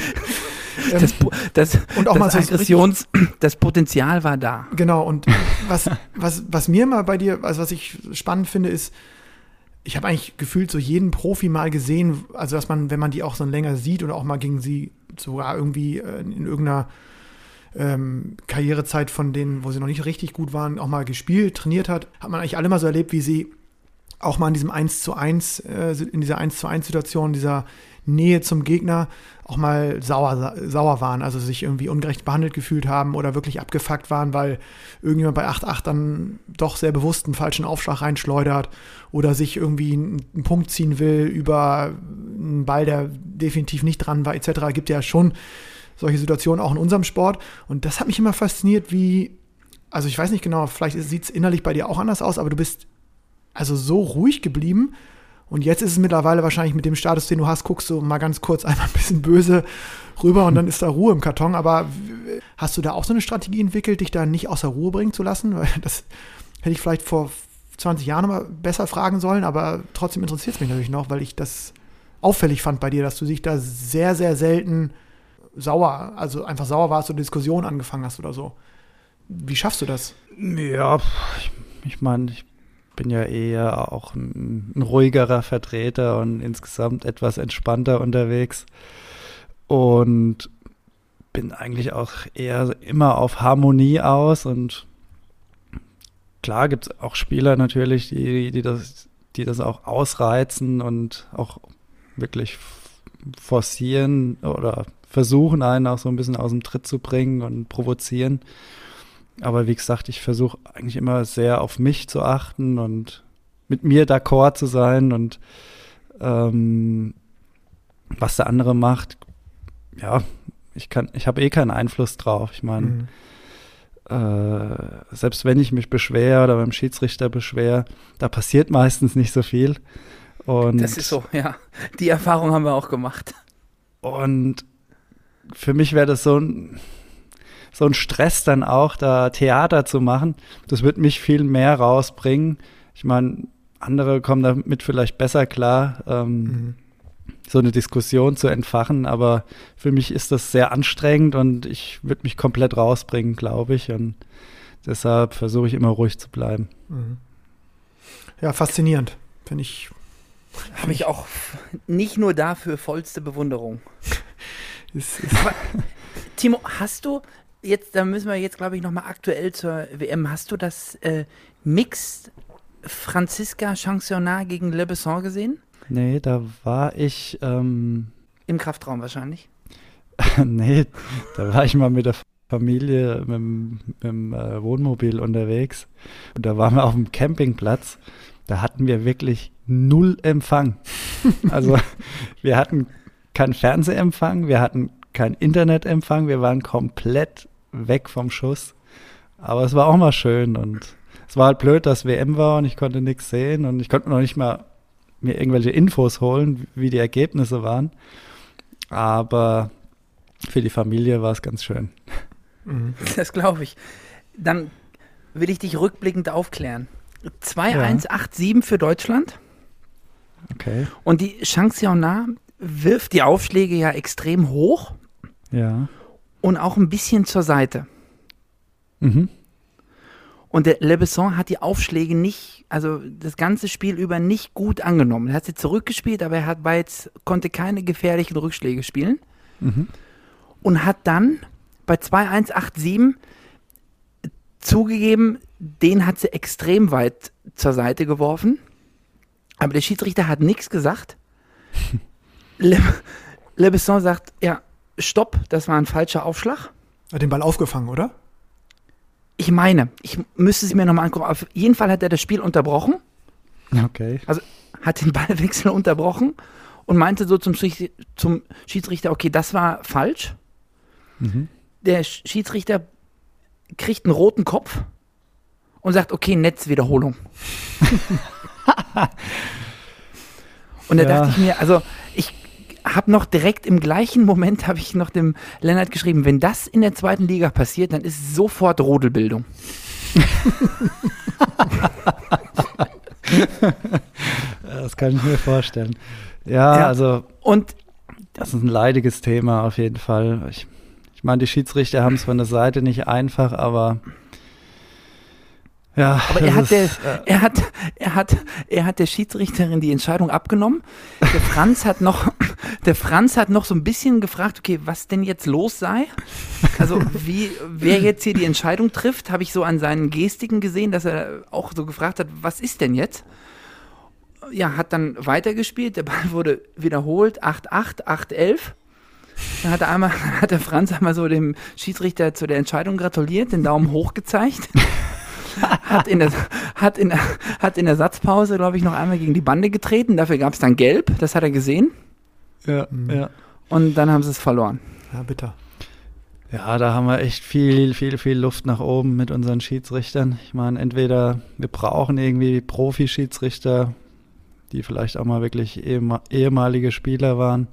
Und auch mal so das Potenzial war da. Genau, und was mir mal bei dir, also was ich spannend finde, ist, ich habe eigentlich gefühlt so jeden Profi mal gesehen, also dass man, wenn man die auch so länger sieht oder auch mal gegen sie sogar irgendwie in irgendeiner Karrierezeit von denen, wo sie noch nicht richtig gut waren, auch mal gespielt, trainiert hat man eigentlich alle mal so erlebt, wie sie auch mal in diesem 1:1, in dieser 1:1-Situation, dieser Nähe zum Gegner auch mal sauer waren, also sich irgendwie ungerecht behandelt gefühlt haben oder wirklich abgefuckt waren, weil irgendjemand bei 8:8 dann doch sehr bewusst einen falschen Aufschlag reinschleudert oder sich irgendwie einen Punkt ziehen will über einen Ball, der definitiv nicht dran war, etc. Gibt ja schon solche Situationen auch in unserem Sport, und das hat mich immer fasziniert, also ich weiß nicht genau, vielleicht sieht es innerlich bei dir auch anders aus, aber du bist also so ruhig geblieben. Und jetzt ist es mittlerweile wahrscheinlich mit dem Status, den du hast, guckst du mal ganz kurz einmal ein bisschen böse rüber und dann ist da Ruhe im Karton. Aber hast du da auch so eine Strategie entwickelt, dich da nicht außer Ruhe bringen zu lassen? Weil das hätte ich vielleicht vor 20 Jahren mal besser fragen sollen, aber trotzdem interessiert es mich natürlich noch, weil ich das auffällig fand bei dir, dass du dich da sehr, sehr selten einfach sauer warst oder Diskussionen angefangen hast oder so. Wie schaffst du das? Ja, ich meine, ich bin ja eher auch ein ruhigerer Vertreter und insgesamt etwas entspannter unterwegs und bin eigentlich auch eher immer auf Harmonie aus, und klar gibt es auch Spieler natürlich, die das auch ausreizen und auch wirklich forcieren oder versuchen, einen auch so ein bisschen aus dem Tritt zu bringen und provozieren. Aber wie gesagt, ich versuche eigentlich immer sehr auf mich zu achten und mit mir d'accord zu sein, und was der andere macht, ja, ich habe keinen Einfluss drauf. Ich meine, selbst wenn ich mich beschwere oder beim Schiedsrichter beschwere, da passiert meistens nicht so viel. Und das ist so, ja. Die Erfahrung haben wir auch gemacht. Und für mich wäre das so ein Stress dann auch, da Theater zu machen. Das wird mich viel mehr rausbringen. Ich meine, andere kommen damit vielleicht besser klar, so eine Diskussion zu entfachen, aber für mich ist das sehr anstrengend und ich würde mich komplett rausbringen, glaube ich, und deshalb versuche ich immer ruhig zu bleiben. Ja, faszinierend, finde ich. Habe ich auch nicht nur dafür vollste Bewunderung. Aber, Timo, hast du jetzt, da müssen wir jetzt, glaube ich, nochmal aktuell zur WM, hast du das Mixed Franziska Championat gegen Le Besson gesehen? Nee, da war ich im Kraftraum wahrscheinlich? Nee, da war ich mal mit der Familie mit dem Wohnmobil unterwegs und da waren wir auf dem Campingplatz. Da hatten wir wirklich 0 Empfang. Also wir hatten keinen Fernsehempfang, wir hatten keinen Internetempfang, wir waren komplett weg vom Schuss. Aber es war auch mal schön und es war halt blöd, dass WM war und ich konnte nichts sehen und ich konnte noch nicht mal mir irgendwelche Infos holen, wie die Ergebnisse waren. Aber für die Familie war es ganz schön. Das glaube ich. Dann will ich dich rückblickend aufklären. 2-1-8-7 für Deutschland. Okay. Und die Championat wirft die Aufschläge ja extrem hoch Ja. und auch ein bisschen zur Seite. Mhm. Und der Le Besson hat die Aufschläge nicht, also das ganze Spiel über nicht gut angenommen. Er hat sie zurückgespielt, aber konnte keine gefährlichen Rückschläge spielen. Mhm. Und hat dann bei 2-1-8-7 zugegeben, den hat sie extrem weit zur Seite geworfen. Aber der Schiedsrichter hat nichts gesagt. Le Besson sagt, ja, stopp, das war ein falscher Aufschlag. Hat den Ball aufgefangen, oder? Ich meine, ich müsste sie mir nochmal angucken. Auf jeden Fall hat er das Spiel unterbrochen. Okay. Also hat den Ballwechsel unterbrochen und meinte so zum Schiedsrichter, okay, das war falsch. Mhm. Der Schiedsrichter kriegt einen roten Kopf und sagt, okay, Netzwiederholung. Und da dachte ich mir, also ich habe noch direkt im gleichen Moment, habe ich noch dem Lennart geschrieben, wenn das in der zweiten Liga passiert, dann ist sofort Rodelbildung. Das kann ich mir vorstellen. Ja, also und das ist ein leidiges Thema auf jeden Fall. Ich meine, die Schiedsrichter haben es von der Seite nicht einfach, aber ja. Aber er hat der Schiedsrichterin die Entscheidung abgenommen. Der Franz hat noch so ein bisschen gefragt, okay, was denn jetzt los sei. Also wer jetzt hier die Entscheidung trifft, habe ich so an seinen Gestiken gesehen, dass er auch so gefragt hat, was ist denn jetzt? Ja, hat dann weitergespielt, der Ball wurde wiederholt, 8-8, 8-11. Dann hat der Franz einmal so dem Schiedsrichter zu der Entscheidung gratuliert, den Daumen hoch gezeigt. Hat in der Satzpause, glaube ich, noch einmal gegen die Bande getreten. Dafür gab es dann Gelb, das hat er gesehen. Ja. Und dann haben sie es verloren. Ja, bitter. Ja, da haben wir echt viel Luft nach oben mit unseren Schiedsrichtern. Ich meine, entweder wir brauchen irgendwie Profi-Schiedsrichter, die vielleicht auch mal wirklich ehemalige Spieler waren,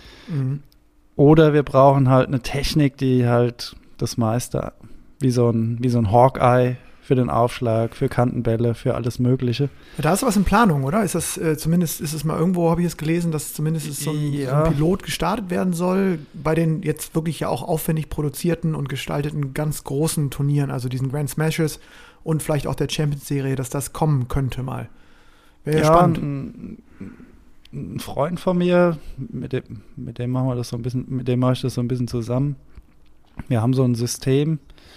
oder wir brauchen halt eine Technik, die halt das meiste, wie so ein Hawkeye für den Aufschlag, für Kantenbälle, für alles Mögliche. Da ist was in Planung, oder? Ist das zumindest, ist es mal irgendwo, habe ich es gelesen, dass zumindest so ein Pilot gestartet werden soll, bei den jetzt wirklich ja auch aufwendig produzierten und gestalteten ganz großen Turnieren, also diesen Grand Smashes und vielleicht auch der Champions-Serie, dass das kommen könnte mal. Wäre ja spannend. Ein Freund von mir, mit dem mache ich das so ein bisschen zusammen. Wir haben so ein System,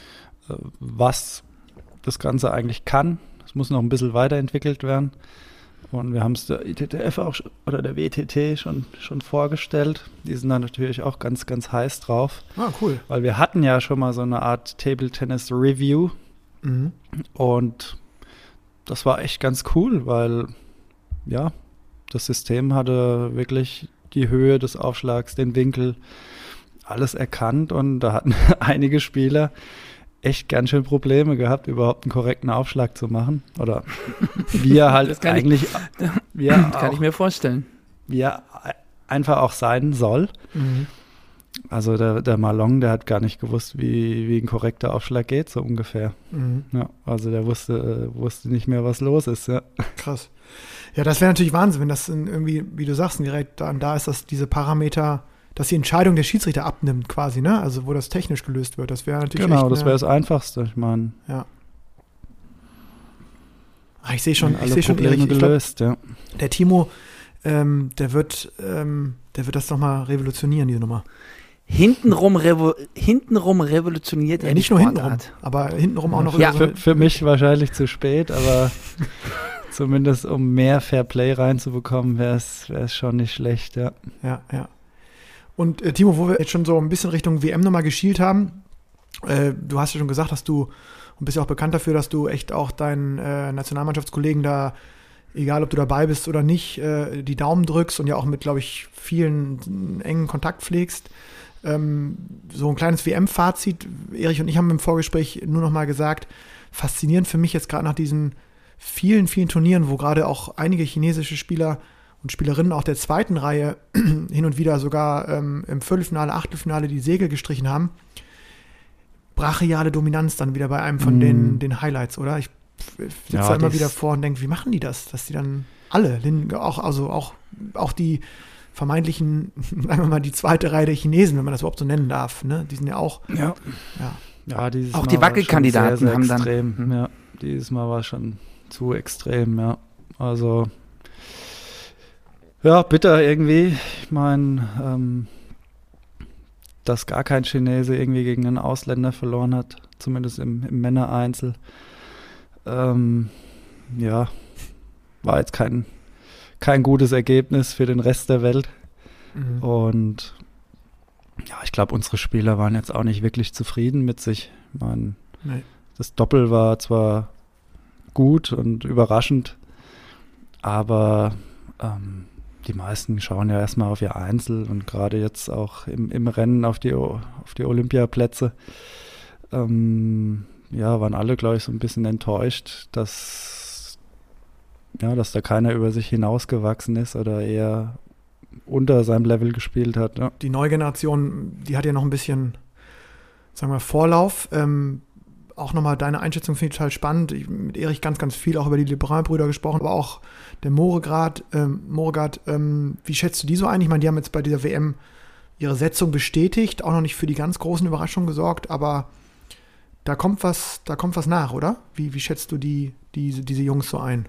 was das Ganze eigentlich kann. Es muss noch ein bisschen weiterentwickelt werden. Und wir haben es der ITTF auch oder der WTT schon vorgestellt. Die sind da natürlich auch ganz, ganz heiß drauf. Ah, cool. Weil wir hatten ja schon mal so eine Art Table Tennis Review. Mhm. Und das war echt ganz cool, weil ja, das System hatte wirklich die Höhe des Aufschlags, den Winkel, alles erkannt. Und da hatten einige Spieler echt ganz schön Probleme gehabt, überhaupt einen korrekten Aufschlag zu machen. Oder wie er halt kann eigentlich, kann ich mir vorstellen. Wie er einfach auch sein soll. Mhm. Also der Malong, der hat gar nicht gewusst, wie ein korrekter Aufschlag geht, so ungefähr. Mhm. Ja, also der wusste nicht mehr, was los ist. Ja. Krass. Ja, das wäre natürlich Wahnsinn, wenn das irgendwie, wie du sagst, direkt da ist, dass diese Parameter, dass die Entscheidung der Schiedsrichter abnimmt quasi, ne? Also wo das technisch gelöst wird. Das wäre natürlich genau, das wäre das Einfachste. Ich meine, ja. Ich sehe schon, Probleme Erich, gelöst, ja. Der Timo, der wird das nochmal revolutionieren, diese Nummer. Hintenrum revolutioniert er nicht die nur Sportart. hintenrum, aber hintenrum auch noch. Ja. Für mich wahrscheinlich zu spät, aber zumindest um mehr Fair Play reinzubekommen, wäre es schon nicht schlecht, ja. Ja. Und Timo, wo wir jetzt schon so ein bisschen Richtung WM nochmal geschielt haben, du hast ja schon gesagt, dass du, und bist ja auch bekannt dafür, dass du echt auch deinen Nationalmannschaftskollegen da, egal ob du dabei bist oder nicht, die Daumen drückst und ja auch mit, glaube ich, vielen engen Kontakt pflegst. So ein kleines WM-Fazit, Erich und ich haben im Vorgespräch nur noch mal gesagt, faszinierend für mich jetzt gerade nach diesen vielen Turnieren, wo gerade auch einige chinesische Spieler und Spielerinnen auch der zweiten Reihe hin und wieder sogar im Viertelfinale, Achtelfinale die Segel gestrichen haben. Brachiale Dominanz dann wieder bei einem von den Highlights, oder? sitze da immer wieder vor und denke, wie machen die das? Dass die dann alle, auch die vermeintlichen, sagen wir mal, die zweite Reihe der Chinesen, wenn man das überhaupt so nennen darf, ne? Die sind ja auch. Ja, dieses auch Mal die Wackelkandidaten sehr, sehr haben extrem. dann. Ja, dieses Mal war schon zu extrem, ja. Also, ja, bitter irgendwie. Ich meine, dass gar kein Chinese irgendwie gegen einen Ausländer verloren hat, zumindest im Männereinzel. Ja, war jetzt kein gutes Ergebnis für den Rest der Welt. Mhm. Und ja, ich glaube, unsere Spieler waren jetzt auch nicht wirklich zufrieden mit sich. Ich meine, das Doppel war zwar gut und überraschend, aber die meisten schauen ja erstmal auf ihr Einzel und gerade jetzt auch im Rennen auf die Olympiaplätze. Waren alle, glaube ich, so ein bisschen enttäuscht, dass da keiner über sich hinausgewachsen ist oder eher unter seinem Level gespielt hat. Ja. Die neue Generation, die hat ja noch ein bisschen, sagen wir, Vorlauf. Auch nochmal deine Einschätzung finde ich total spannend. Mit Erich ganz, ganz viel auch über die Lebrun-Brüder gesprochen, aber auch der Moregard. Wie schätzt du die so ein? Ich meine, die haben jetzt bei dieser WM ihre Setzung bestätigt, auch noch nicht für die ganz großen Überraschungen gesorgt, aber da kommt was nach, oder? Wie schätzt du diese Jungs so ein?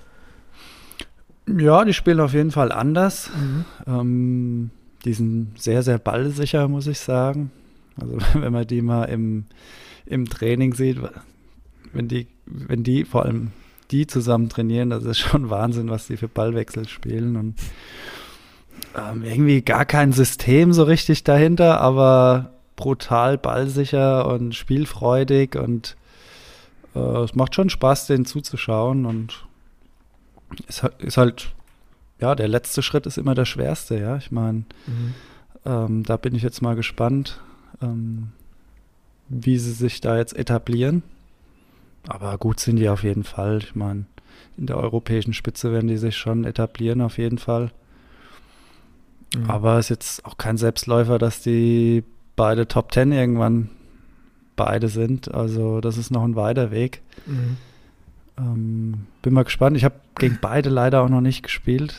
Ja, die spielen auf jeden Fall anders. Die sind sehr, sehr ballsicher, muss ich sagen. Also wenn man die mal im Training sieht, wenn die vor allem die zusammen trainieren, das ist schon Wahnsinn, was die für Ballwechsel spielen und irgendwie gar kein System so richtig dahinter, aber brutal ballsicher und spielfreudig und es macht schon Spaß, denen zuzuschauen und ist halt, ja, der letzte Schritt ist immer der schwerste, ja, ich meine, da bin ich jetzt mal gespannt, wie sie sich da jetzt etablieren. Aber gut sind die auf jeden Fall. Ich meine, in der europäischen Spitze werden die sich schon etablieren, auf jeden Fall. Aber es ist jetzt auch kein Selbstläufer, dass die beide Top 10 irgendwann beide sind. Also das ist noch ein weiter Weg. Bin mal gespannt. Ich habe gegen beide leider auch noch nicht gespielt.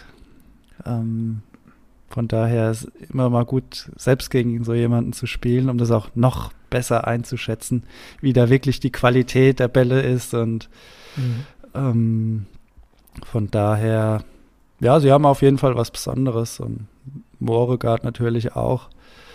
Von daher ist es immer mal gut, selbst gegen so jemanden zu spielen, um das auch noch besser einzuschätzen, wie da wirklich die Qualität der Bälle ist. Und von daher, ja, sie haben auf jeden Fall was Besonderes. Und Moregard natürlich auch.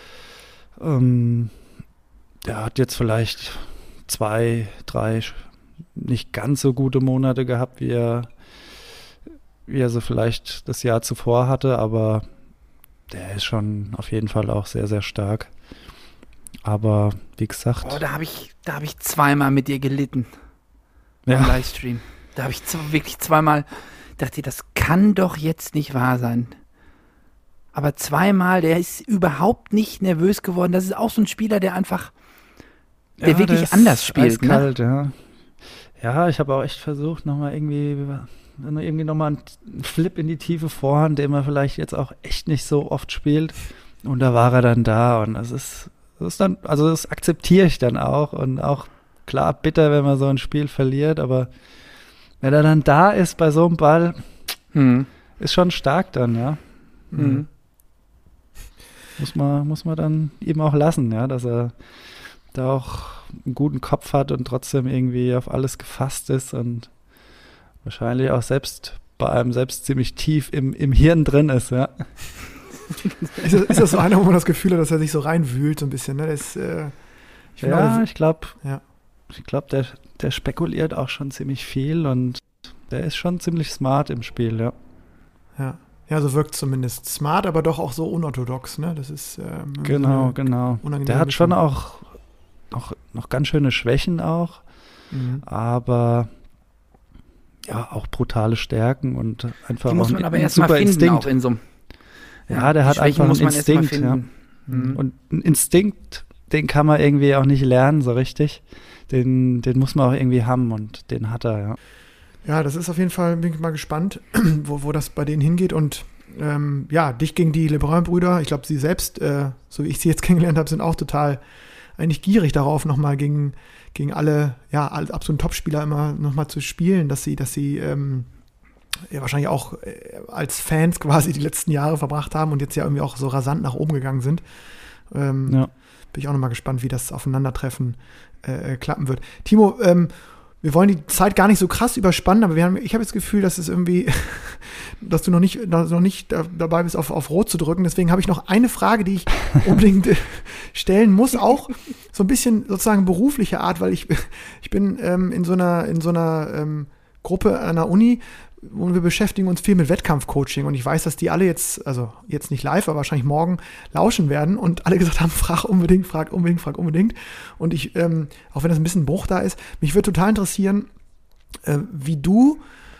Der hat jetzt vielleicht 2, 3 nicht ganz so gute Monate gehabt, wie er so vielleicht das Jahr zuvor hatte, aber der ist schon auf jeden Fall auch sehr, sehr stark. Aber wie gesagt. Oh, da hab ich zweimal mit dir gelitten. Im Livestream. Da habe ich wirklich zweimal dachte, das kann doch jetzt nicht wahr sein. Aber zweimal, der ist überhaupt nicht nervös geworden. Das ist auch so ein Spieler, der einfach, der wirklich anders spielt. Eiskalt, ne? Ja, ich habe auch echt versucht, nochmal irgendwie nochmal einen Flip in die tiefe Vorhand, den man vielleicht jetzt auch echt nicht so oft spielt. Und da war er dann da und das ist dann, also das akzeptiere ich dann auch und auch klar bitter, wenn man so ein Spiel verliert, aber wenn er dann da ist bei so einem Ball, ist schon stark dann, ja. Muss man dann eben auch lassen, ja, dass er da auch einen guten Kopf hat und trotzdem irgendwie auf alles gefasst ist und wahrscheinlich auch selbst bei einem selbst ziemlich tief im Hirn drin ist, ja. Ist das so einer, wo man das Gefühl hat, dass er sich so reinwühlt so ein bisschen, ne? Ich glaube, der spekuliert auch schon ziemlich viel und der ist schon ziemlich smart im Spiel, ja. Ja, so wirkt zumindest smart, aber doch auch so unorthodox, ne? Das ist genau. Der hat schon auch noch ganz schöne Schwächen auch, aber ja, auch brutale Stärken und einfach die muss man aber erst super mal finden, Instinkt. auch in so einem. Ja, der hat einfach einen Instinkt, ja. Und ein Instinkt, den kann man irgendwie auch nicht lernen, so richtig. Den muss man auch irgendwie haben und den hat er, ja. Ja, das ist auf jeden Fall, bin ich mal gespannt, wo das bei denen hingeht und dich gegen die Lebrun-Brüder, ich glaube, sie selbst, so wie ich sie jetzt kennengelernt habe, sind auch total eigentlich gierig darauf, nochmal gegen alle, ja, als absoluten Topspieler immer nochmal zu spielen, dass sie ja, wahrscheinlich auch als Fans quasi die letzten Jahre verbracht haben und jetzt ja irgendwie auch so rasant nach oben gegangen sind. Bin ich auch nochmal gespannt, wie das Aufeinandertreffen klappen wird. Timo, wir wollen die Zeit gar nicht so krass überspannen, aber ich habe das Gefühl, dass es irgendwie, dass du noch nicht dabei bist, auf Rot zu drücken. Deswegen habe ich noch eine Frage, die ich unbedingt stellen muss, auch so ein bisschen sozusagen beruflicher Art, weil ich bin in so einer Gruppe an der Uni, und wir beschäftigen uns viel mit Wettkampfcoaching und ich weiß, dass die alle jetzt, also jetzt nicht live, aber wahrscheinlich morgen lauschen werden und alle gesagt haben, frag unbedingt. Und ich, auch wenn das ein bisschen Bruch da ist, mich würde total interessieren, wie du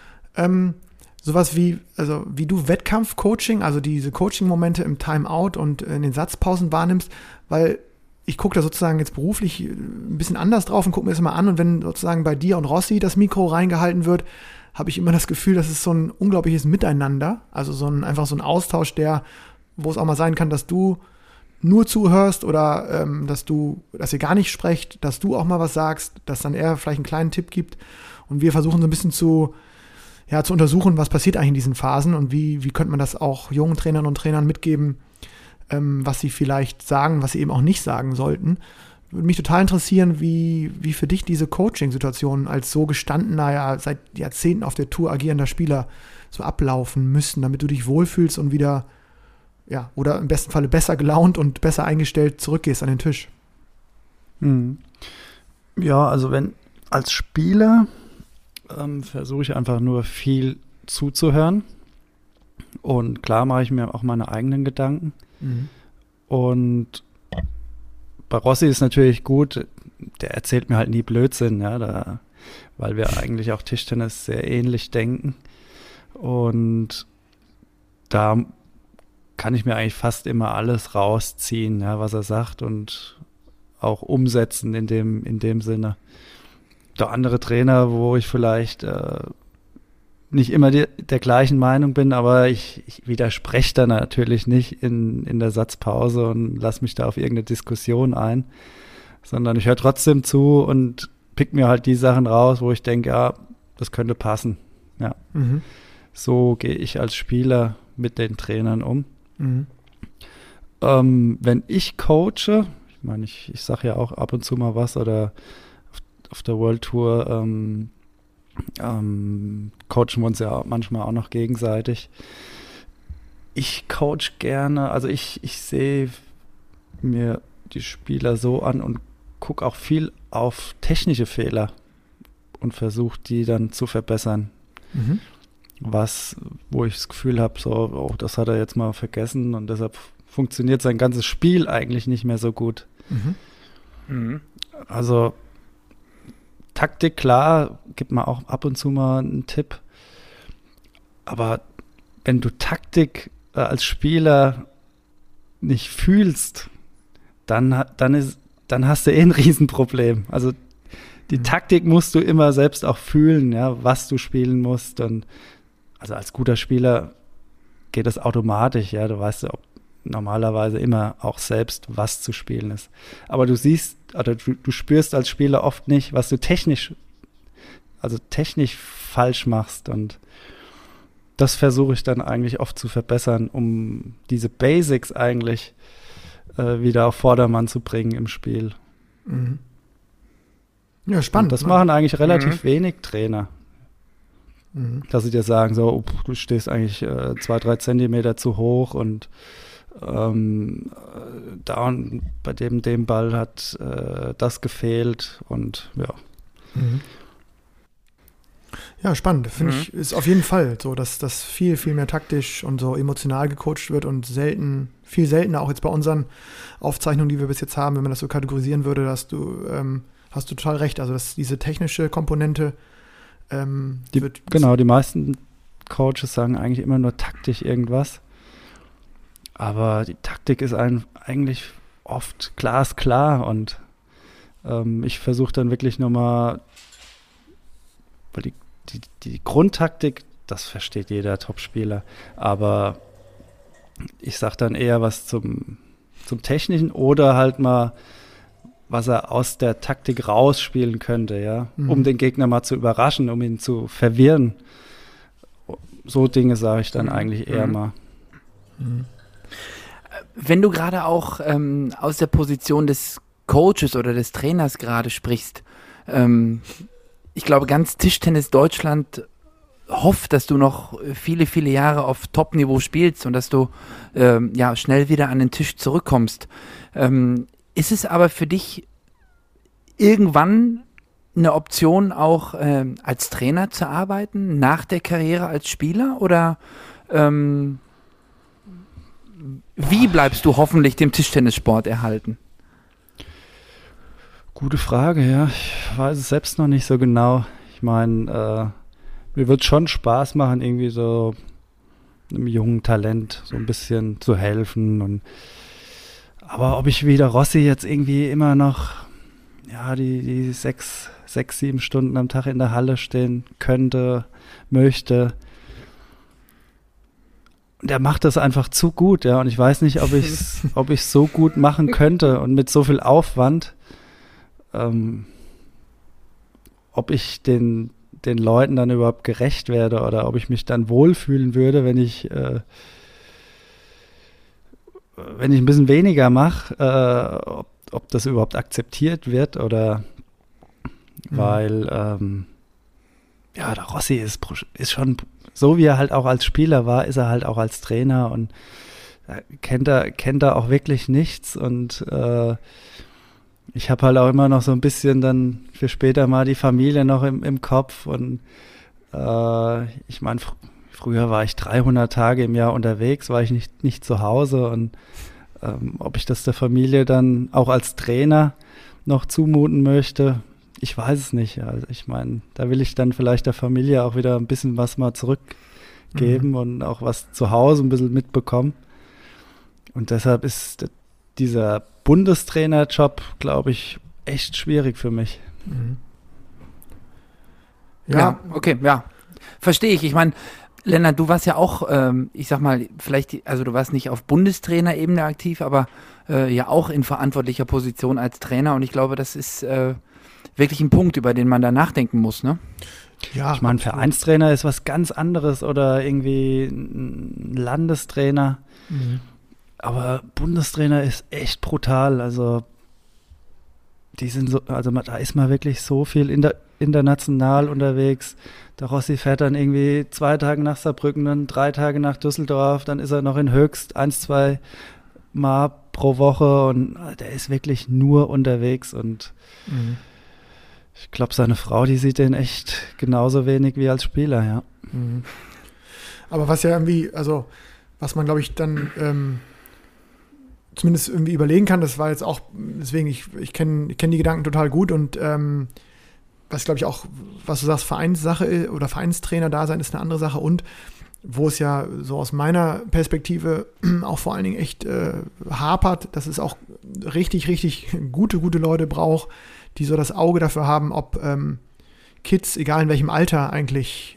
wie du Wettkampfcoaching, also diese Coaching-Momente im Timeout und in den Satzpausen wahrnimmst, weil ich gucke da sozusagen jetzt beruflich ein bisschen anders drauf und gucke mir das mal an und wenn sozusagen bei dir und Rossi das Mikro reingehalten wird, habe ich immer das Gefühl, das ist so ein unglaubliches Miteinander, also einfach so ein Austausch, wo es auch mal sein kann, dass du nur zuhörst oder dass ihr gar nicht sprecht, dass du auch mal was sagst, dass dann er vielleicht einen kleinen Tipp gibt und wir versuchen so ein bisschen zu untersuchen, was passiert eigentlich in diesen Phasen und wie könnte man das auch jungen Trainerinnen und Trainern mitgeben, was sie vielleicht sagen, was sie eben auch nicht sagen sollten. Würde mich total interessieren, wie für dich diese Coaching-Situationen als so gestandener, ja seit Jahrzehnten auf der Tour agierender Spieler so ablaufen müssen, damit du dich wohlfühlst und wieder, ja, oder im besten Falle besser gelaunt und besser eingestellt zurückgehst an den Tisch. Ja, also als Spieler versuche ich einfach nur viel zuzuhören und klar mache ich mir auch meine eigenen Gedanken und bei Rossi ist natürlich gut, der erzählt mir halt nie Blödsinn, ja, weil wir eigentlich auch Tischtennis sehr ähnlich denken. Und da kann ich mir eigentlich fast immer alles rausziehen, ja, was er sagt und auch umsetzen in dem Sinne. Da andere Trainer, wo ich vielleicht nicht immer der gleichen Meinung bin, aber ich widerspreche da natürlich nicht in der Satzpause und lasse mich da auf irgendeine Diskussion ein, sondern ich höre trotzdem zu und pick mir halt die Sachen raus, wo ich denke, ja, das könnte passen. Ja. So gehe ich als Spieler mit den Trainern um. Wenn ich coache, ich meine, ich sage ja auch ab und zu mal was oder auf der World Tour coachen wir uns ja manchmal auch noch gegenseitig. Ich coach gerne, also ich sehe mir die Spieler so an und gucke auch viel auf technische Fehler und versuche die dann zu verbessern. Wo ich das Gefühl habe, so, oh, das hat er jetzt mal vergessen und deshalb funktioniert sein ganzes Spiel eigentlich nicht mehr so gut. Also Taktik, klar, gibt man auch ab und zu mal einen Tipp. Aber wenn du Taktik als Spieler nicht fühlst, dann hast du ein Riesenproblem. Also die Taktik musst du immer selbst auch fühlen, ja, was du spielen musst. Und also als guter Spieler geht das automatisch, ja. Du weißt ja normalerweise immer auch selbst, was zu spielen ist. Aber du siehst, oder du spürst als Spieler oft nicht, was du technisch falsch machst. Und das versuche ich dann eigentlich oft zu verbessern, um diese Basics eigentlich wieder auf Vordermann zu bringen im Spiel. Ja, spannend. Und das machen eigentlich relativ wenig Trainer. Dass sie dir sagen, so, du stehst eigentlich 2-3 Zentimeter zu hoch und bei dem Ball hat das gefehlt und ja. Ja, spannend. Finde ich, ist auf jeden Fall so, dass das viel, viel mehr taktisch und so emotional gecoacht wird und viel seltener, auch jetzt bei unseren Aufzeichnungen, die wir bis jetzt haben, wenn man das so kategorisieren würde, hast du total recht. Also, dass diese technische Komponente die meisten Coaches sagen eigentlich immer nur taktisch irgendwas. Aber die Taktik ist eigentlich oft glasklar und ich versuche dann wirklich nochmal, weil die Grundtaktik, das versteht jeder Topspieler, aber ich sage dann eher was zum Technischen oder halt mal, was er aus der Taktik rausspielen könnte, ja, um den Gegner mal zu überraschen, um ihn zu verwirren. So Dinge sage ich dann eigentlich eher mal. Wenn du gerade auch aus der Position des Coaches oder des Trainers gerade sprichst, ich glaube, ganz Tischtennis Deutschland hofft, dass du noch viele, viele Jahre auf Top-Niveau spielst und dass du schnell wieder an den Tisch zurückkommst. Ist es aber für dich irgendwann eine Option, auch als Trainer zu arbeiten, nach der Karriere als Spieler? Oder wie bleibst du hoffentlich dem Tischtennissport erhalten? Gute Frage, ja. Ich weiß es selbst noch nicht so genau. Ich meine, mir wird schon Spaß machen, irgendwie so einem jungen Talent so ein bisschen zu helfen. Aber ob ich wie der Rossi jetzt irgendwie immer noch die 6-7 Stunden am Tag in der Halle stehen könnte, möchte. Der macht das einfach zu gut, ja. Und ich weiß nicht, ob ich es so gut machen könnte und mit so viel Aufwand, ob ich den Leuten dann überhaupt gerecht werde oder ob ich mich dann wohlfühlen würde, wenn ich ein bisschen weniger mache, ob das überhaupt akzeptiert wird oder weil der Rossi ist schon, so wie er halt auch als Spieler war, ist er halt auch als Trainer und kennt er auch wirklich nichts und ich habe halt auch immer noch so ein bisschen dann für später mal die Familie noch im Kopf und ich meine, früher war ich 300 Tage im Jahr unterwegs, war ich nicht zu Hause und ob ich das der Familie dann auch als Trainer noch zumuten möchte, ich weiß es nicht. Also ich meine, da will ich dann vielleicht der Familie auch wieder ein bisschen was mal zurückgeben und auch was zu Hause ein bisschen mitbekommen. Und deshalb ist dieser Bundestrainerjob, glaube ich, echt schwierig für mich. Ja, okay, ja. Verstehe ich. Ich meine, Lennart, du warst ja auch, ich sag mal, vielleicht, also du warst nicht auf Bundestrainerebene aktiv, aber ja auch in verantwortlicher Position als Trainer und ich glaube, das ist wirklich ein Punkt, über den man da nachdenken muss, ne? Ja, ich meine, Vereinstrainer ist was ganz anderes oder irgendwie ein Landestrainer. Aber Bundestrainer ist echt brutal. Also die sind so, also da ist man wirklich so viel international unterwegs. Der Rossi fährt dann irgendwie 2 Tage nach Saarbrücken, dann 3 Tage nach Düsseldorf, dann ist er noch in Höchst 1-2 Mal pro Woche und der ist wirklich nur unterwegs und ich glaube, seine Frau, die sieht den echt genauso wenig wie als Spieler, ja. Aber was ja irgendwie, also was man, glaube ich, dann zumindest irgendwie überlegen kann, das war jetzt auch, deswegen, ich kenn die Gedanken total gut und was, glaube ich, auch, was du sagst, Vereinssache oder Vereinstrainer da sein ist eine andere Sache und wo es ja so aus meiner Perspektive auch vor allen Dingen echt hapert, dass es auch richtig, richtig gute Leute braucht, die so das Auge dafür haben, ob Kids, egal in welchem Alter, eigentlich,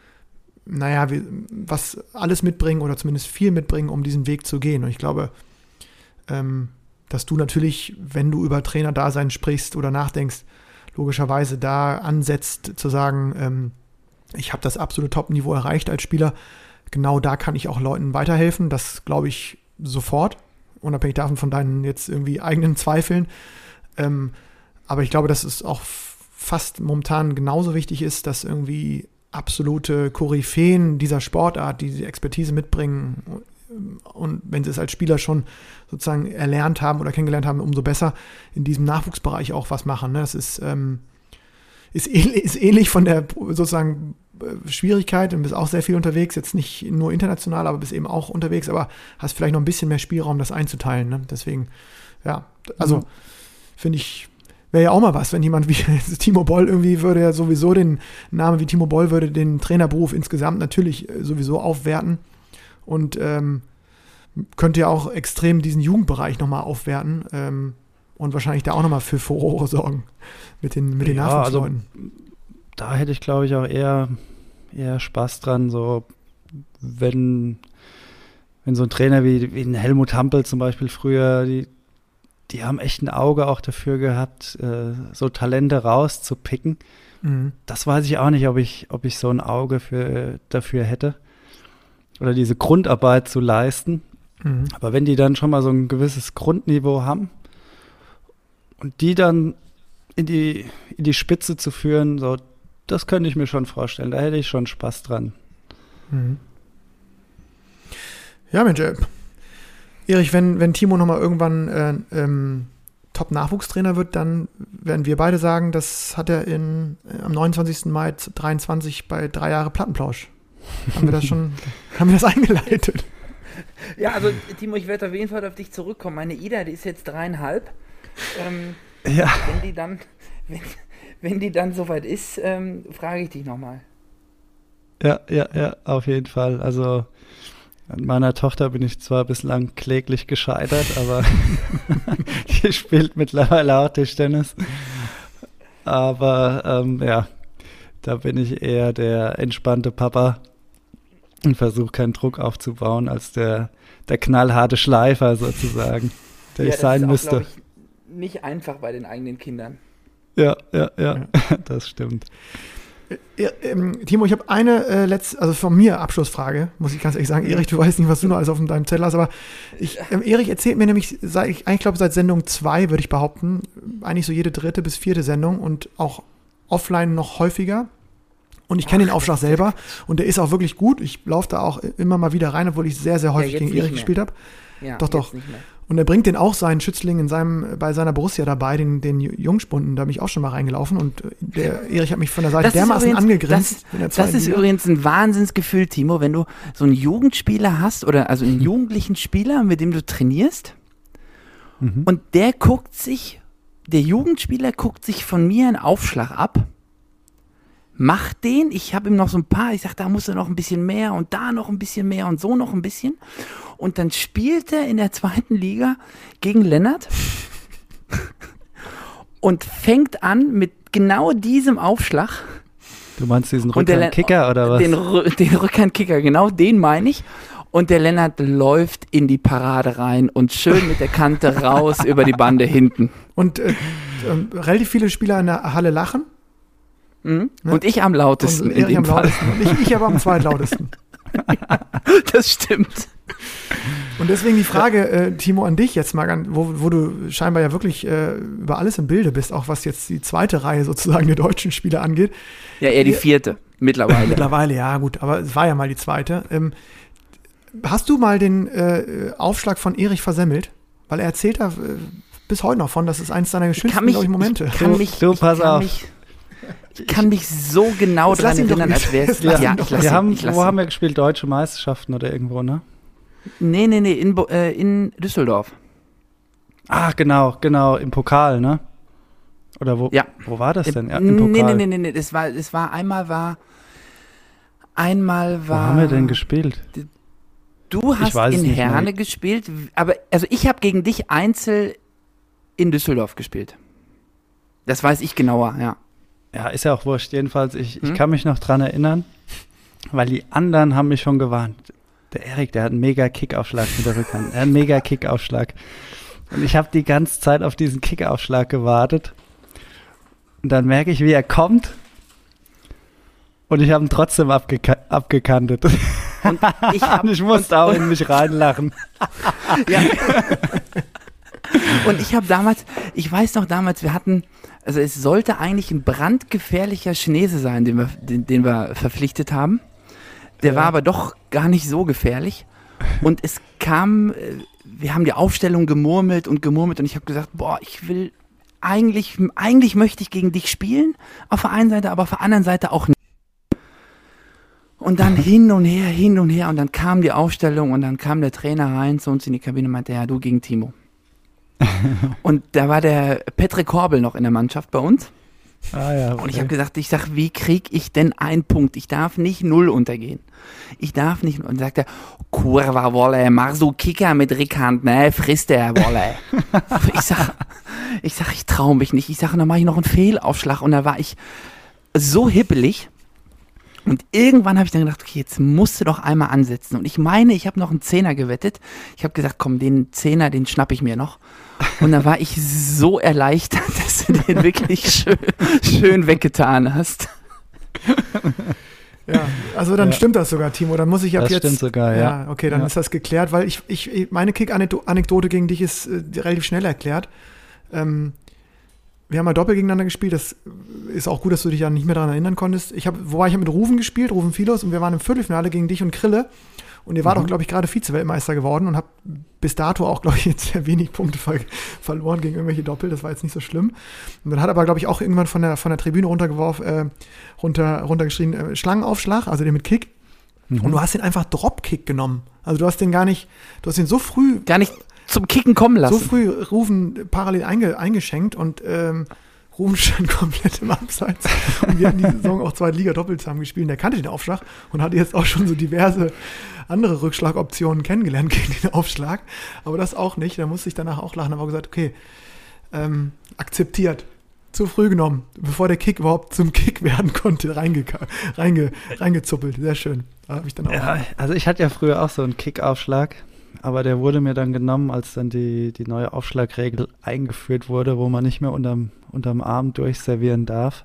was alles mitbringen oder zumindest viel mitbringen, um diesen Weg zu gehen. Und ich glaube, dass du natürlich, wenn du über Trainerdasein sprichst oder nachdenkst, logischerweise da ansetzt zu sagen, ich habe das absolute Top-Niveau erreicht als Spieler, genau da kann ich auch Leuten weiterhelfen, das glaube ich sofort, unabhängig davon von deinen jetzt irgendwie eigenen Zweifeln, aber ich glaube, dass es auch fast momentan genauso wichtig ist, dass irgendwie absolute Koryphäen dieser Sportart, die Expertise mitbringen und wenn sie es als Spieler schon sozusagen erlernt haben oder kennengelernt haben, umso besser in diesem Nachwuchsbereich auch was machen. Ne? Das ist ähnlich von der sozusagen Schwierigkeit und bist auch sehr viel unterwegs, jetzt nicht nur international, aber bist eben auch unterwegs, aber hast vielleicht noch ein bisschen mehr Spielraum, das einzuteilen. Ne? Deswegen, ja, also finde ich, wäre ja auch mal was, wenn jemand wie Timo Boll irgendwie würde ja sowieso den Namen wie Timo Boll würde den Trainerberuf insgesamt natürlich sowieso aufwerten und könnte ja auch extrem diesen Jugendbereich nochmal aufwerten und wahrscheinlich da auch nochmal für Furore sorgen mit den Nachwuchsleuten. Also, da hätte ich, glaube ich, auch eher Spaß dran, so wenn so ein Trainer wie ein Helmut Hampel zum Beispiel früher die haben echt ein Auge auch dafür gehabt, so Talente rauszupicken. Das weiß ich auch nicht, ob ich so ein Auge dafür hätte oder diese Grundarbeit zu leisten. Aber wenn die dann schon mal so ein gewisses Grundniveau haben und die dann in die Spitze zu führen, so, das könnte ich mir schon vorstellen. Da hätte ich schon Spaß dran. Ja, Mensch, Erich, wenn Timo nochmal irgendwann Top-Nachwuchstrainer wird, dann werden wir beide sagen, das hat er am 29. Mai 23 bei 3 Jahre Plattenplausch. Haben wir das eingeleitet? Ja, also Timo, ich werde auf jeden Fall auf dich zurückkommen. Meine Ida, die ist jetzt 3,5. Ja. Wenn die dann soweit ist, frage ich dich nochmal. Ja, auf jeden Fall. Also an meiner Tochter bin ich zwar bislang kläglich gescheitert, aber die spielt mittlerweile auch Tischtennis. Aber ja, da bin ich eher der entspannte Papa und versuche keinen Druck aufzubauen als der knallharte Schleifer sozusagen, der ich sein müsste. Das ist auch, glaube ich, nicht einfach bei den eigenen Kindern. Ja, das stimmt. Timo, ich habe eine also von mir Abschlussfrage, muss ich ganz ehrlich sagen. Erich, du weißt nicht, was du noch alles auf deinem Zettel hast, aber Erich erzählt mir nämlich, seit Sendung 2, würde ich behaupten, eigentlich so jede 3. bis 4. Sendung und auch offline noch häufiger. Und ich kenne den Aufschlag selber und der ist auch wirklich gut. Ich laufe da auch immer mal wieder rein, obwohl ich sehr, sehr häufig gegen Erich gespielt habe. Ja, doch. Und er bringt den auch seinen Schützling bei seiner Borussia dabei, den Jungspunden, da bin ich auch schon mal reingelaufen und der Erich hat mich von der Seite dermaßen angegrinst. Das ist übrigens ein Wahnsinnsgefühl, Timo, wenn du so einen Jugendspieler hast oder also einen jugendlichen Spieler, mit dem du trainierst und der Jugendspieler guckt sich von mir einen Aufschlag ab, macht den, ich habe ihm noch so ein paar, ich sage, da muss er noch ein bisschen mehr und da noch ein bisschen mehr und so noch ein bisschen. Und dann spielt er in der 2. Liga gegen Lennart und fängt an mit genau diesem Aufschlag. Du meinst diesen Rückhandkicker oder was? Den Rückhandkicker, genau den meine ich. Und der Lennart läuft in die Parade rein und schön mit der Kante raus über die Bande hinten. Und relativ viele Spieler in der Halle lachen. Ne? Und ich am lautesten in dem Fall. Und ich aber am zweitlautesten. Ja, das stimmt. Und deswegen die Frage, Timo, an dich jetzt mal, wo du scheinbar ja wirklich über alles im Bilde bist, auch was jetzt die 2. Reihe sozusagen der deutschen Spieler angeht. Ja, eher die 4. mittlerweile. Mittlerweile, ja gut, aber es war ja mal die 2. Hast du mal den Aufschlag von Erich versemmelt? Weil er erzählt da bis heute noch von, das ist eins seiner schönsten Momente. Ich kann mich so genau daran erinnern, als wäre es. Wo haben wir gespielt? Deutsche Meisterschaften oder irgendwo, ne? Nee, in Düsseldorf. Ach, genau, im Pokal, ne? Oder wo? Ja. Wo war das denn? Ja, im Pokal. Nee, es war einmal. Wo haben wir denn gespielt? Du hast in Herne gespielt, aber also ich habe gegen dich einzeln in Düsseldorf gespielt. Das weiß ich genauer, ja. Ja, ist ja auch wurscht. Jedenfalls, ich kann mich noch dran erinnern, weil die anderen haben mich schon gewarnt. Der Erik, der hat einen mega Kickaufschlag mit der Rückhand. Er hat einen mega Kickaufschlag. Und ich habe die ganze Zeit auf diesen Kickaufschlag gewartet. Und dann merke ich, wie er kommt. Und ich habe ihn trotzdem abgekantet. Und ich musste auch in mich reinlachen. Ja. Und ich weiß noch damals, wir hatten, also es sollte eigentlich ein brandgefährlicher Chinese sein, den wir verpflichtet haben. Der war aber doch gar nicht so gefährlich. Und es kam, wir haben die Aufstellung gemurmelt und ich habe gesagt, eigentlich möchte ich gegen dich spielen, auf der einen Seite, aber auf der anderen Seite auch nicht. Und dann hin und her und dann kam die Aufstellung und dann kam der Trainer rein zu uns in die Kabine und meinte, ja, du gegen Timo. Und da war der Patrick Korbel noch in der Mannschaft bei uns. Ah, ja, okay. Und ich habe gesagt, wie kriege ich denn einen Punkt? Ich darf nicht 0 untergehen. Und dann sagt er, Kurva Wolle, mach so Kicker mit Rickhand, ne, frisst der Wolle. Ich traue mich nicht. Ich sage, dann mache ich noch einen Fehlaufschlag. Und da war ich so hippelig. Und irgendwann habe ich dann gedacht, okay, jetzt musst du doch einmal ansetzen. Und ich meine, ich habe noch einen Zehner gewettet. Ich habe gesagt, komm, den Zehner, den schnapp ich mir noch. Und da war ich so erleichtert, dass du den wirklich schön weggetan hast. Ja, also dann stimmt das sogar, Timo. Dann muss ich ab das jetzt. Stimmt sogar, ja. Ja, okay, dann ist das geklärt, weil meine Kick-Anekdote gegen dich ist relativ schnell erklärt. Wir haben mal Doppel gegeneinander gespielt. Das ist auch gut, dass du dich ja nicht mehr daran erinnern konntest. Ich habe mit Ruven gespielt, Ruven Philos, und wir waren im Viertelfinale gegen dich und Krille. Und ihr wart auch, glaube ich, gerade Vize-Weltmeister geworden und habt bis dato auch, glaube ich, jetzt sehr wenig Punkte verloren gegen irgendwelche Doppel. Das war jetzt nicht so schlimm. Und dann hat aber, glaube ich, auch irgendwann von der Tribüne runtergeschrien, Schlangenaufschlag, also den mit Kick. Und du hast den einfach Dropkick genommen. Also du hast den so früh gar nicht zum Kicken kommen lassen. So früh Ruven parallel eingeschenkt und Ruven stand komplett im Abseits. Und wir hatten die Saison auch 2 Liga-Doppel zusammen gespielt. Und der kannte den Aufschlag und hatte jetzt auch schon so diverse andere Rückschlagoptionen kennengelernt gegen den Aufschlag. Aber das auch nicht. Da musste ich danach auch lachen. Aber gesagt, okay, akzeptiert. Zu früh genommen, bevor der Kick überhaupt zum Kick werden konnte, reingezuppelt. Sehr schön. Da habe ich dann auch. Ja, also ich hatte ja früher auch so einen Kickaufschlag. Aber der wurde mir dann genommen, als dann die neue Aufschlagregel eingeführt wurde, wo man nicht mehr unterm Arm durchservieren darf.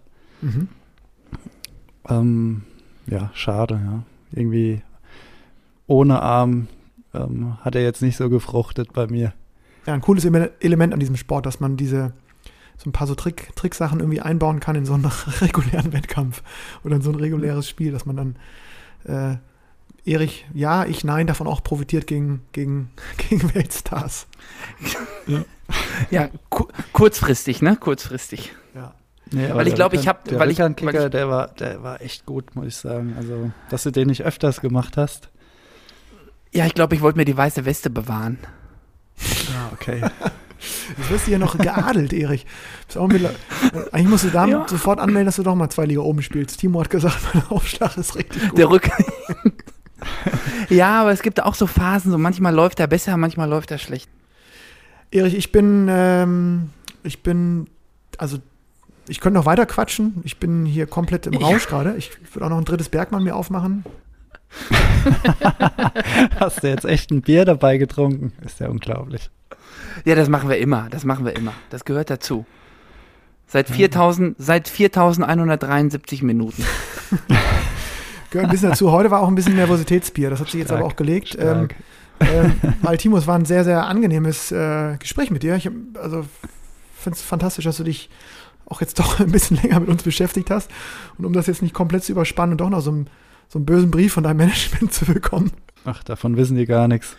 Ja, schade, ja. Irgendwie ohne Arm hat er jetzt nicht so gefruchtet bei mir. Ja, ein cooles Element an diesem Sport, dass man so ein paar so Tricksachen irgendwie einbauen kann in so einen regulären Wettkampf oder in so ein reguläres Spiel, dass man dann Erich, ja, ich, nein, davon auch profitiert gegen Weltstars. Ja, kurzfristig, ne? Kurzfristig. Ja. Nee, weil ich glaube, der war echt gut, muss ich sagen. Also, dass du den nicht öfters gemacht hast. Ja, ich glaube, ich wollte mir die weiße Weste bewahren. Ja, okay. Jetzt wirst du ja noch geadelt, Erich. Eigentlich musst du damit sofort anmelden, dass du doch mal 2 Liga oben spielst. Timo hat gesagt, mein Aufschlag ist richtig gut. Der Rücken. Ja, aber es gibt auch so Phasen, so manchmal läuft er besser, manchmal läuft er schlecht. Erich, ich könnte noch weiter quatschen. Ich bin hier komplett im Rausch gerade. Ich würde auch noch ein drittes Bergmann mir aufmachen. Hast du jetzt echt ein Bier dabei getrunken? Ist ja unglaublich. Ja, das machen wir immer. Das gehört dazu. Seit 4.173 Minuten. Gehört ein bisschen dazu. Heute war auch ein bisschen Nervositätsbier. Das hat sich jetzt aber auch gelegt. Weil Timo, es war ein sehr, sehr angenehmes Gespräch mit dir. Ich finde es fantastisch, dass du dich auch jetzt doch ein bisschen länger mit uns beschäftigt hast. Und um das jetzt nicht komplett zu überspannen und doch noch so einen bösen Brief von deinem Management zu bekommen. Ach, davon wissen die gar nichts.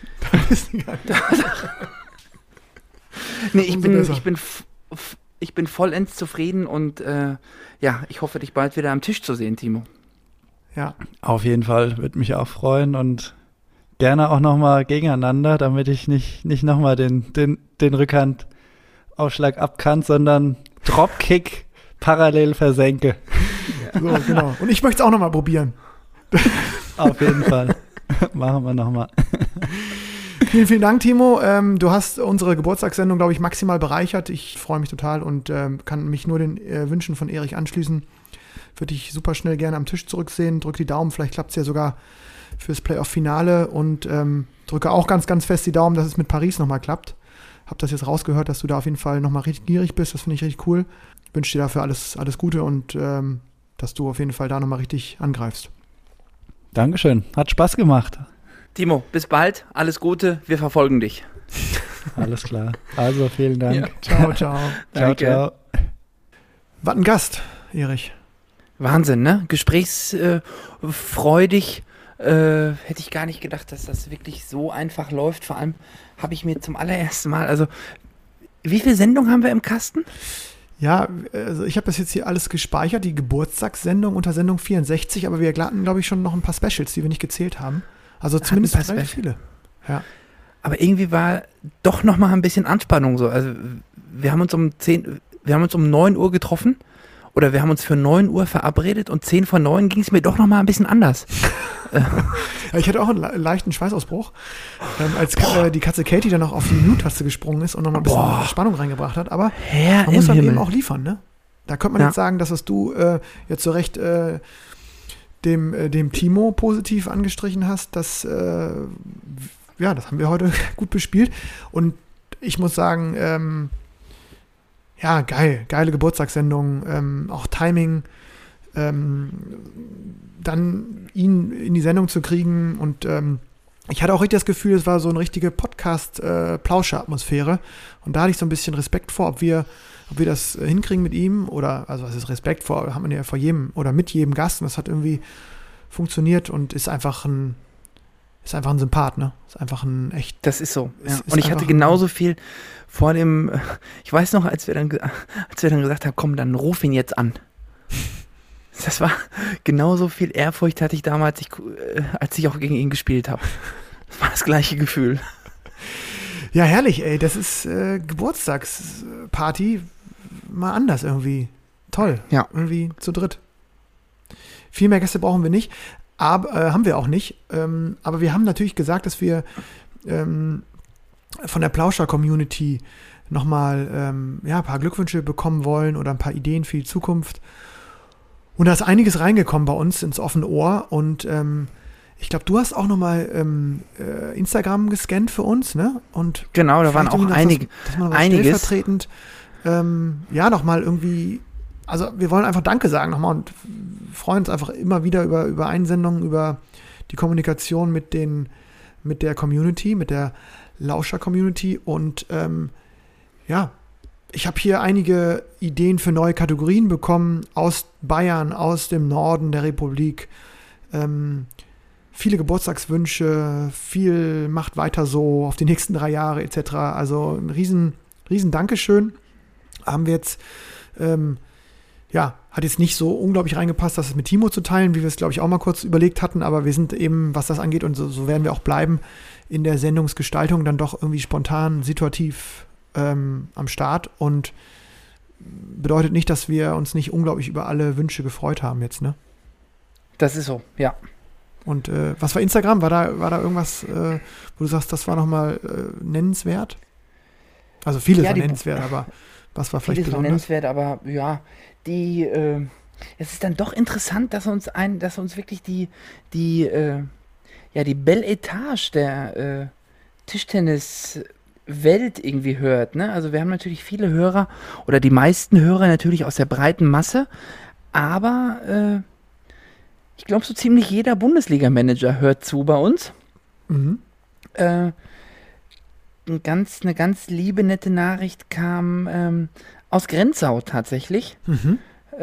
Nee, ich bin vollends zufrieden und ich hoffe, dich bald wieder am Tisch zu sehen, Timo. Ja. Auf jeden Fall, würde mich auch freuen und gerne auch nochmal gegeneinander, damit ich nicht nochmal den Rückhandaufschlag abkann, sondern Dropkick parallel versenke. Ja. So, genau. Und ich möchte es auch nochmal probieren. Auf jeden Fall. Machen wir nochmal. Vielen, vielen Dank, Timo. Du hast unsere Geburtstagssendung, glaube ich, maximal bereichert. Ich freue mich total und kann mich nur den Wünschen von Erich anschließen. Würde ich super schnell gerne am Tisch zurücksehen. Drück die Daumen, vielleicht klappt es ja sogar fürs Playoff-Finale und drücke auch ganz, ganz fest die Daumen, dass es mit Paris nochmal klappt. Hab das jetzt rausgehört, dass du da auf jeden Fall nochmal richtig gierig bist. Das finde ich richtig cool. Wünsche dir dafür alles Gute und dass du auf jeden Fall da nochmal richtig angreifst. Dankeschön. Hat Spaß gemacht. Timo, bis bald. Alles Gute. Wir verfolgen dich. Alles klar. Also, vielen Dank. Ja. Ciao, ciao. Danke. Ciao. Was ein Gast, Erich. Wahnsinn, ne? Gesprächsfreudig. Hätte ich gar nicht gedacht, dass das wirklich so einfach läuft. Vor allem habe ich mir zum allerersten Mal, also wie viele Sendungen haben wir im Kasten? Ja, also ich habe das jetzt hier alles gespeichert, die Geburtstagssendung unter Sendung 64, aber wir hatten, glaube ich, schon noch ein paar Specials, die wir nicht gezählt haben. Also zumindest relativ viele. Ja. Aber irgendwie war doch noch mal ein bisschen Anspannung so. Also wir haben uns um 9 Uhr getroffen oder wir haben uns für 9 Uhr verabredet und 10 vor 9 ging es mir doch noch mal ein bisschen anders. Ja, ich hatte auch einen leichten Schweißausbruch, als die Katze Katie dann noch auf die Mute-Taste gesprungen ist und noch mal ein bisschen Spannung reingebracht hat. Aber man muss dann eben auch liefern, ne? Da könnte man jetzt sagen, dass du jetzt so recht dem Timo positiv angestrichen hast, das haben wir heute gut bespielt. Und ich muss sagen, geile Geburtstagssendung, auch Timing, dann ihn in die Sendung zu kriegen und ich hatte auch richtig das Gefühl, es war so eine richtige Podcast-Plauscher-Atmosphäre und da hatte ich so ein bisschen Respekt vor, ob wir das hinkriegen mit ihm oder, also was ist Respekt vor, hat man ja vor jedem oder mit jedem Gast und das hat irgendwie funktioniert und ist einfach ein Sympath, ne? Ist einfach ein echt. Das ist so. Ja. Und ich hatte genauso viel vor dem, ich weiß noch, als wir dann gesagt haben, komm, dann ruf ihn jetzt an. Das war genauso viel Ehrfurcht hatte ich damals, als ich auch gegen ihn gespielt habe. Das war das gleiche Gefühl. Ja, herrlich, ey. Das ist Geburtstagsparty mal anders irgendwie. Toll. Ja. Irgendwie zu dritt. Viel mehr Gäste brauchen wir nicht. Aber haben wir auch nicht. Aber wir haben natürlich gesagt, dass wir von der Plauscher-Community nochmal ein paar Glückwünsche bekommen wollen oder ein paar Ideen für die Zukunft. Und da ist einiges reingekommen bei uns ins offene Ohr. Und ich glaube, du hast auch nochmal Instagram gescannt für uns, ne? Und genau, da waren auch einige. Dass man einiges stellvertretend nochmal irgendwie. Also wir wollen einfach Danke sagen nochmal und freuen uns einfach immer wieder über Einsendungen, über die Kommunikation mit der Community, mit der Lauscher-Community und ich habe hier einige Ideen für neue Kategorien bekommen aus Bayern, aus dem Norden der Republik. Viele Geburtstagswünsche, viel macht weiter so auf die nächsten 3 Jahre etc. Also ein riesen Dankeschön. Haben wir jetzt hat jetzt nicht so unglaublich reingepasst, das mit Timo zu teilen, wie wir es, glaube ich, auch mal kurz überlegt hatten, aber wir sind eben, was das angeht, und so werden wir auch bleiben, in der Sendungsgestaltung dann doch irgendwie spontan, situativ am Start und bedeutet nicht, dass wir uns nicht unglaublich über alle Wünsche gefreut haben jetzt, ne? Das ist so, ja. Und was war Instagram? War da irgendwas, wo du sagst, das war nochmal nennenswert? Also vieles war nennenswert, aber was war vielleicht besonders? Nennenswert, aber ja, es ist dann doch interessant, dass uns wirklich die Belle Etage der Tischtennis-Welt irgendwie hört, ne? Also wir haben natürlich viele Hörer oder die meisten Hörer natürlich aus der breiten Masse, aber ich glaube, so ziemlich jeder Bundesliga-Manager hört zu bei uns. Mhm. Eine ganz liebe, nette Nachricht kam aus Grenzau tatsächlich. Mhm.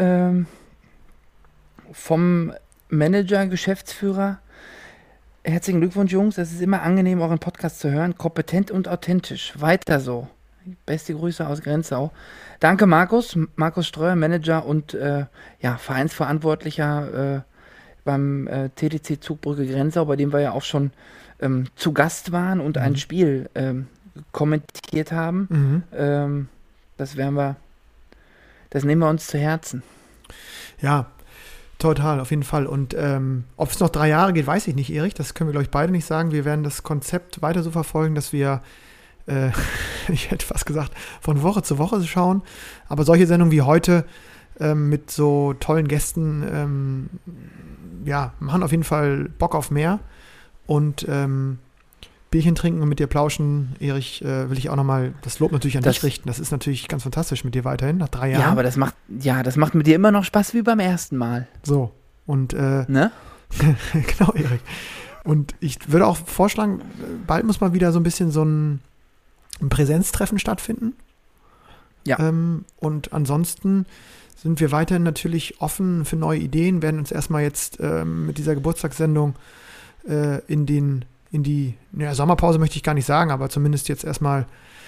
Vom Manager, Geschäftsführer. Herzlichen Glückwunsch, Jungs. Es ist immer angenehm, euren Podcast zu hören. Kompetent und authentisch. Weiter so. Beste Grüße aus Grenzau. Danke, Markus. Markus Streuer, Manager und Vereinsverantwortlicher beim TTC Zugbrücke Grenzau, bei dem wir ja auch schon zu Gast waren und ein Spiel kommentiert haben. Mhm. Das nehmen wir uns zu Herzen. Ja, total, auf jeden Fall. Und ob es noch 3 Jahre geht, weiß ich nicht, Erich. Das können wir, glaube ich, beide nicht sagen. Wir werden das Konzept weiter so verfolgen, dass wir, ich hätte fast gesagt, von Woche zu Woche schauen. Aber solche Sendungen wie heute mit so tollen Gästen, machen auf jeden Fall Bock auf mehr. Und Bierchen trinken und mit dir plauschen, Erich, will ich auch nochmal das Lob natürlich an dich richten. Das ist natürlich ganz fantastisch mit dir weiterhin, nach 3 Jahren. Ja, aber das macht mit dir immer noch Spaß wie beim ersten Mal. So, und ne? Genau, Erich. Und ich würde auch vorschlagen, bald muss mal wieder so ein bisschen so ein Präsenztreffen stattfinden. Ja. Und ansonsten sind wir weiterhin natürlich offen für neue Ideen, werden uns erstmal jetzt mit dieser Geburtstagssendung in die Sommerpause möchte ich gar nicht sagen, aber zumindest jetzt erstmal,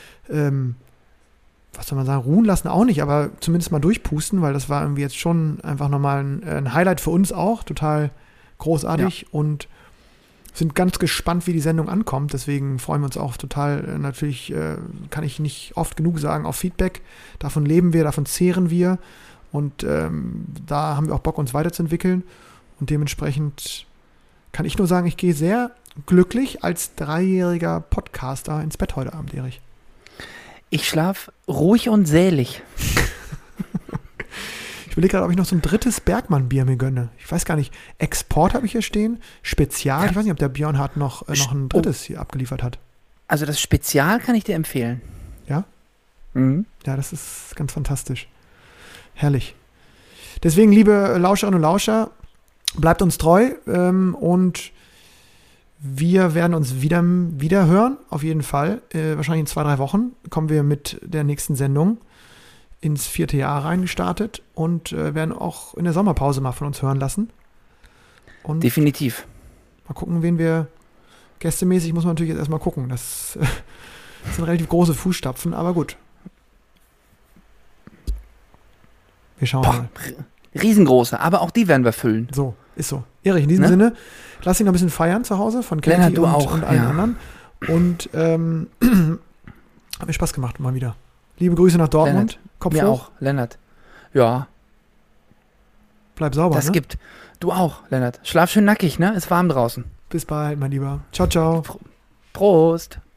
was soll man sagen, ruhen lassen auch nicht, aber zumindest mal durchpusten, weil das war irgendwie jetzt schon einfach nochmal ein Highlight für uns auch, total großartig und sind ganz gespannt, wie die Sendung ankommt, deswegen freuen wir uns auch total, natürlich kann ich nicht oft genug sagen, auf Feedback, davon leben wir, davon zehren wir und da haben wir auch Bock, uns weiterzuentwickeln und dementsprechend kann ich nur sagen, ich gehe sehr glücklich als 3-jähriger Podcaster ins Bett heute Abend, Erich. Ich schlaf ruhig und sälig. Ich überlege gerade, ob ich noch so ein drittes Bergmann-Bier mir gönne. Ich weiß gar nicht. Export habe ich hier stehen. Spezial. Ich weiß nicht, ob der Björnhardt noch ein drittes hier abgeliefert hat. Also das Spezial kann ich dir empfehlen. Ja? Mhm. Ja, das ist ganz fantastisch. Herrlich. Deswegen, liebe Lauscherinnen und Lauscher, bleibt uns treu und wir werden uns wieder hören, auf jeden Fall. Wahrscheinlich in 2-3 Wochen kommen wir mit der nächsten Sendung ins 4. Jahr reingestartet und werden auch in der Sommerpause mal von uns hören lassen. Und definitiv. Mal gucken, wen wir gästemäßig, muss man natürlich jetzt erstmal gucken. Das sind relativ große Fußstapfen, aber gut. Wir schauen mal. Riesengroße, aber auch die werden wir füllen. So, ist so. Erich, in diesem Sinne, lass dich noch ein bisschen feiern zu Hause von Katie und allen anderen. Und hat mir Spaß gemacht, mal wieder. Liebe Grüße nach Dortmund. Lennart, Kopf mir hoch. auch, Lennart. Ja. Bleib sauber, Das gibt. Du auch, Lennart. Schlaf schön nackig, ne? Ist warm draußen. Bis bald, mein Lieber. Ciao, ciao. Prost.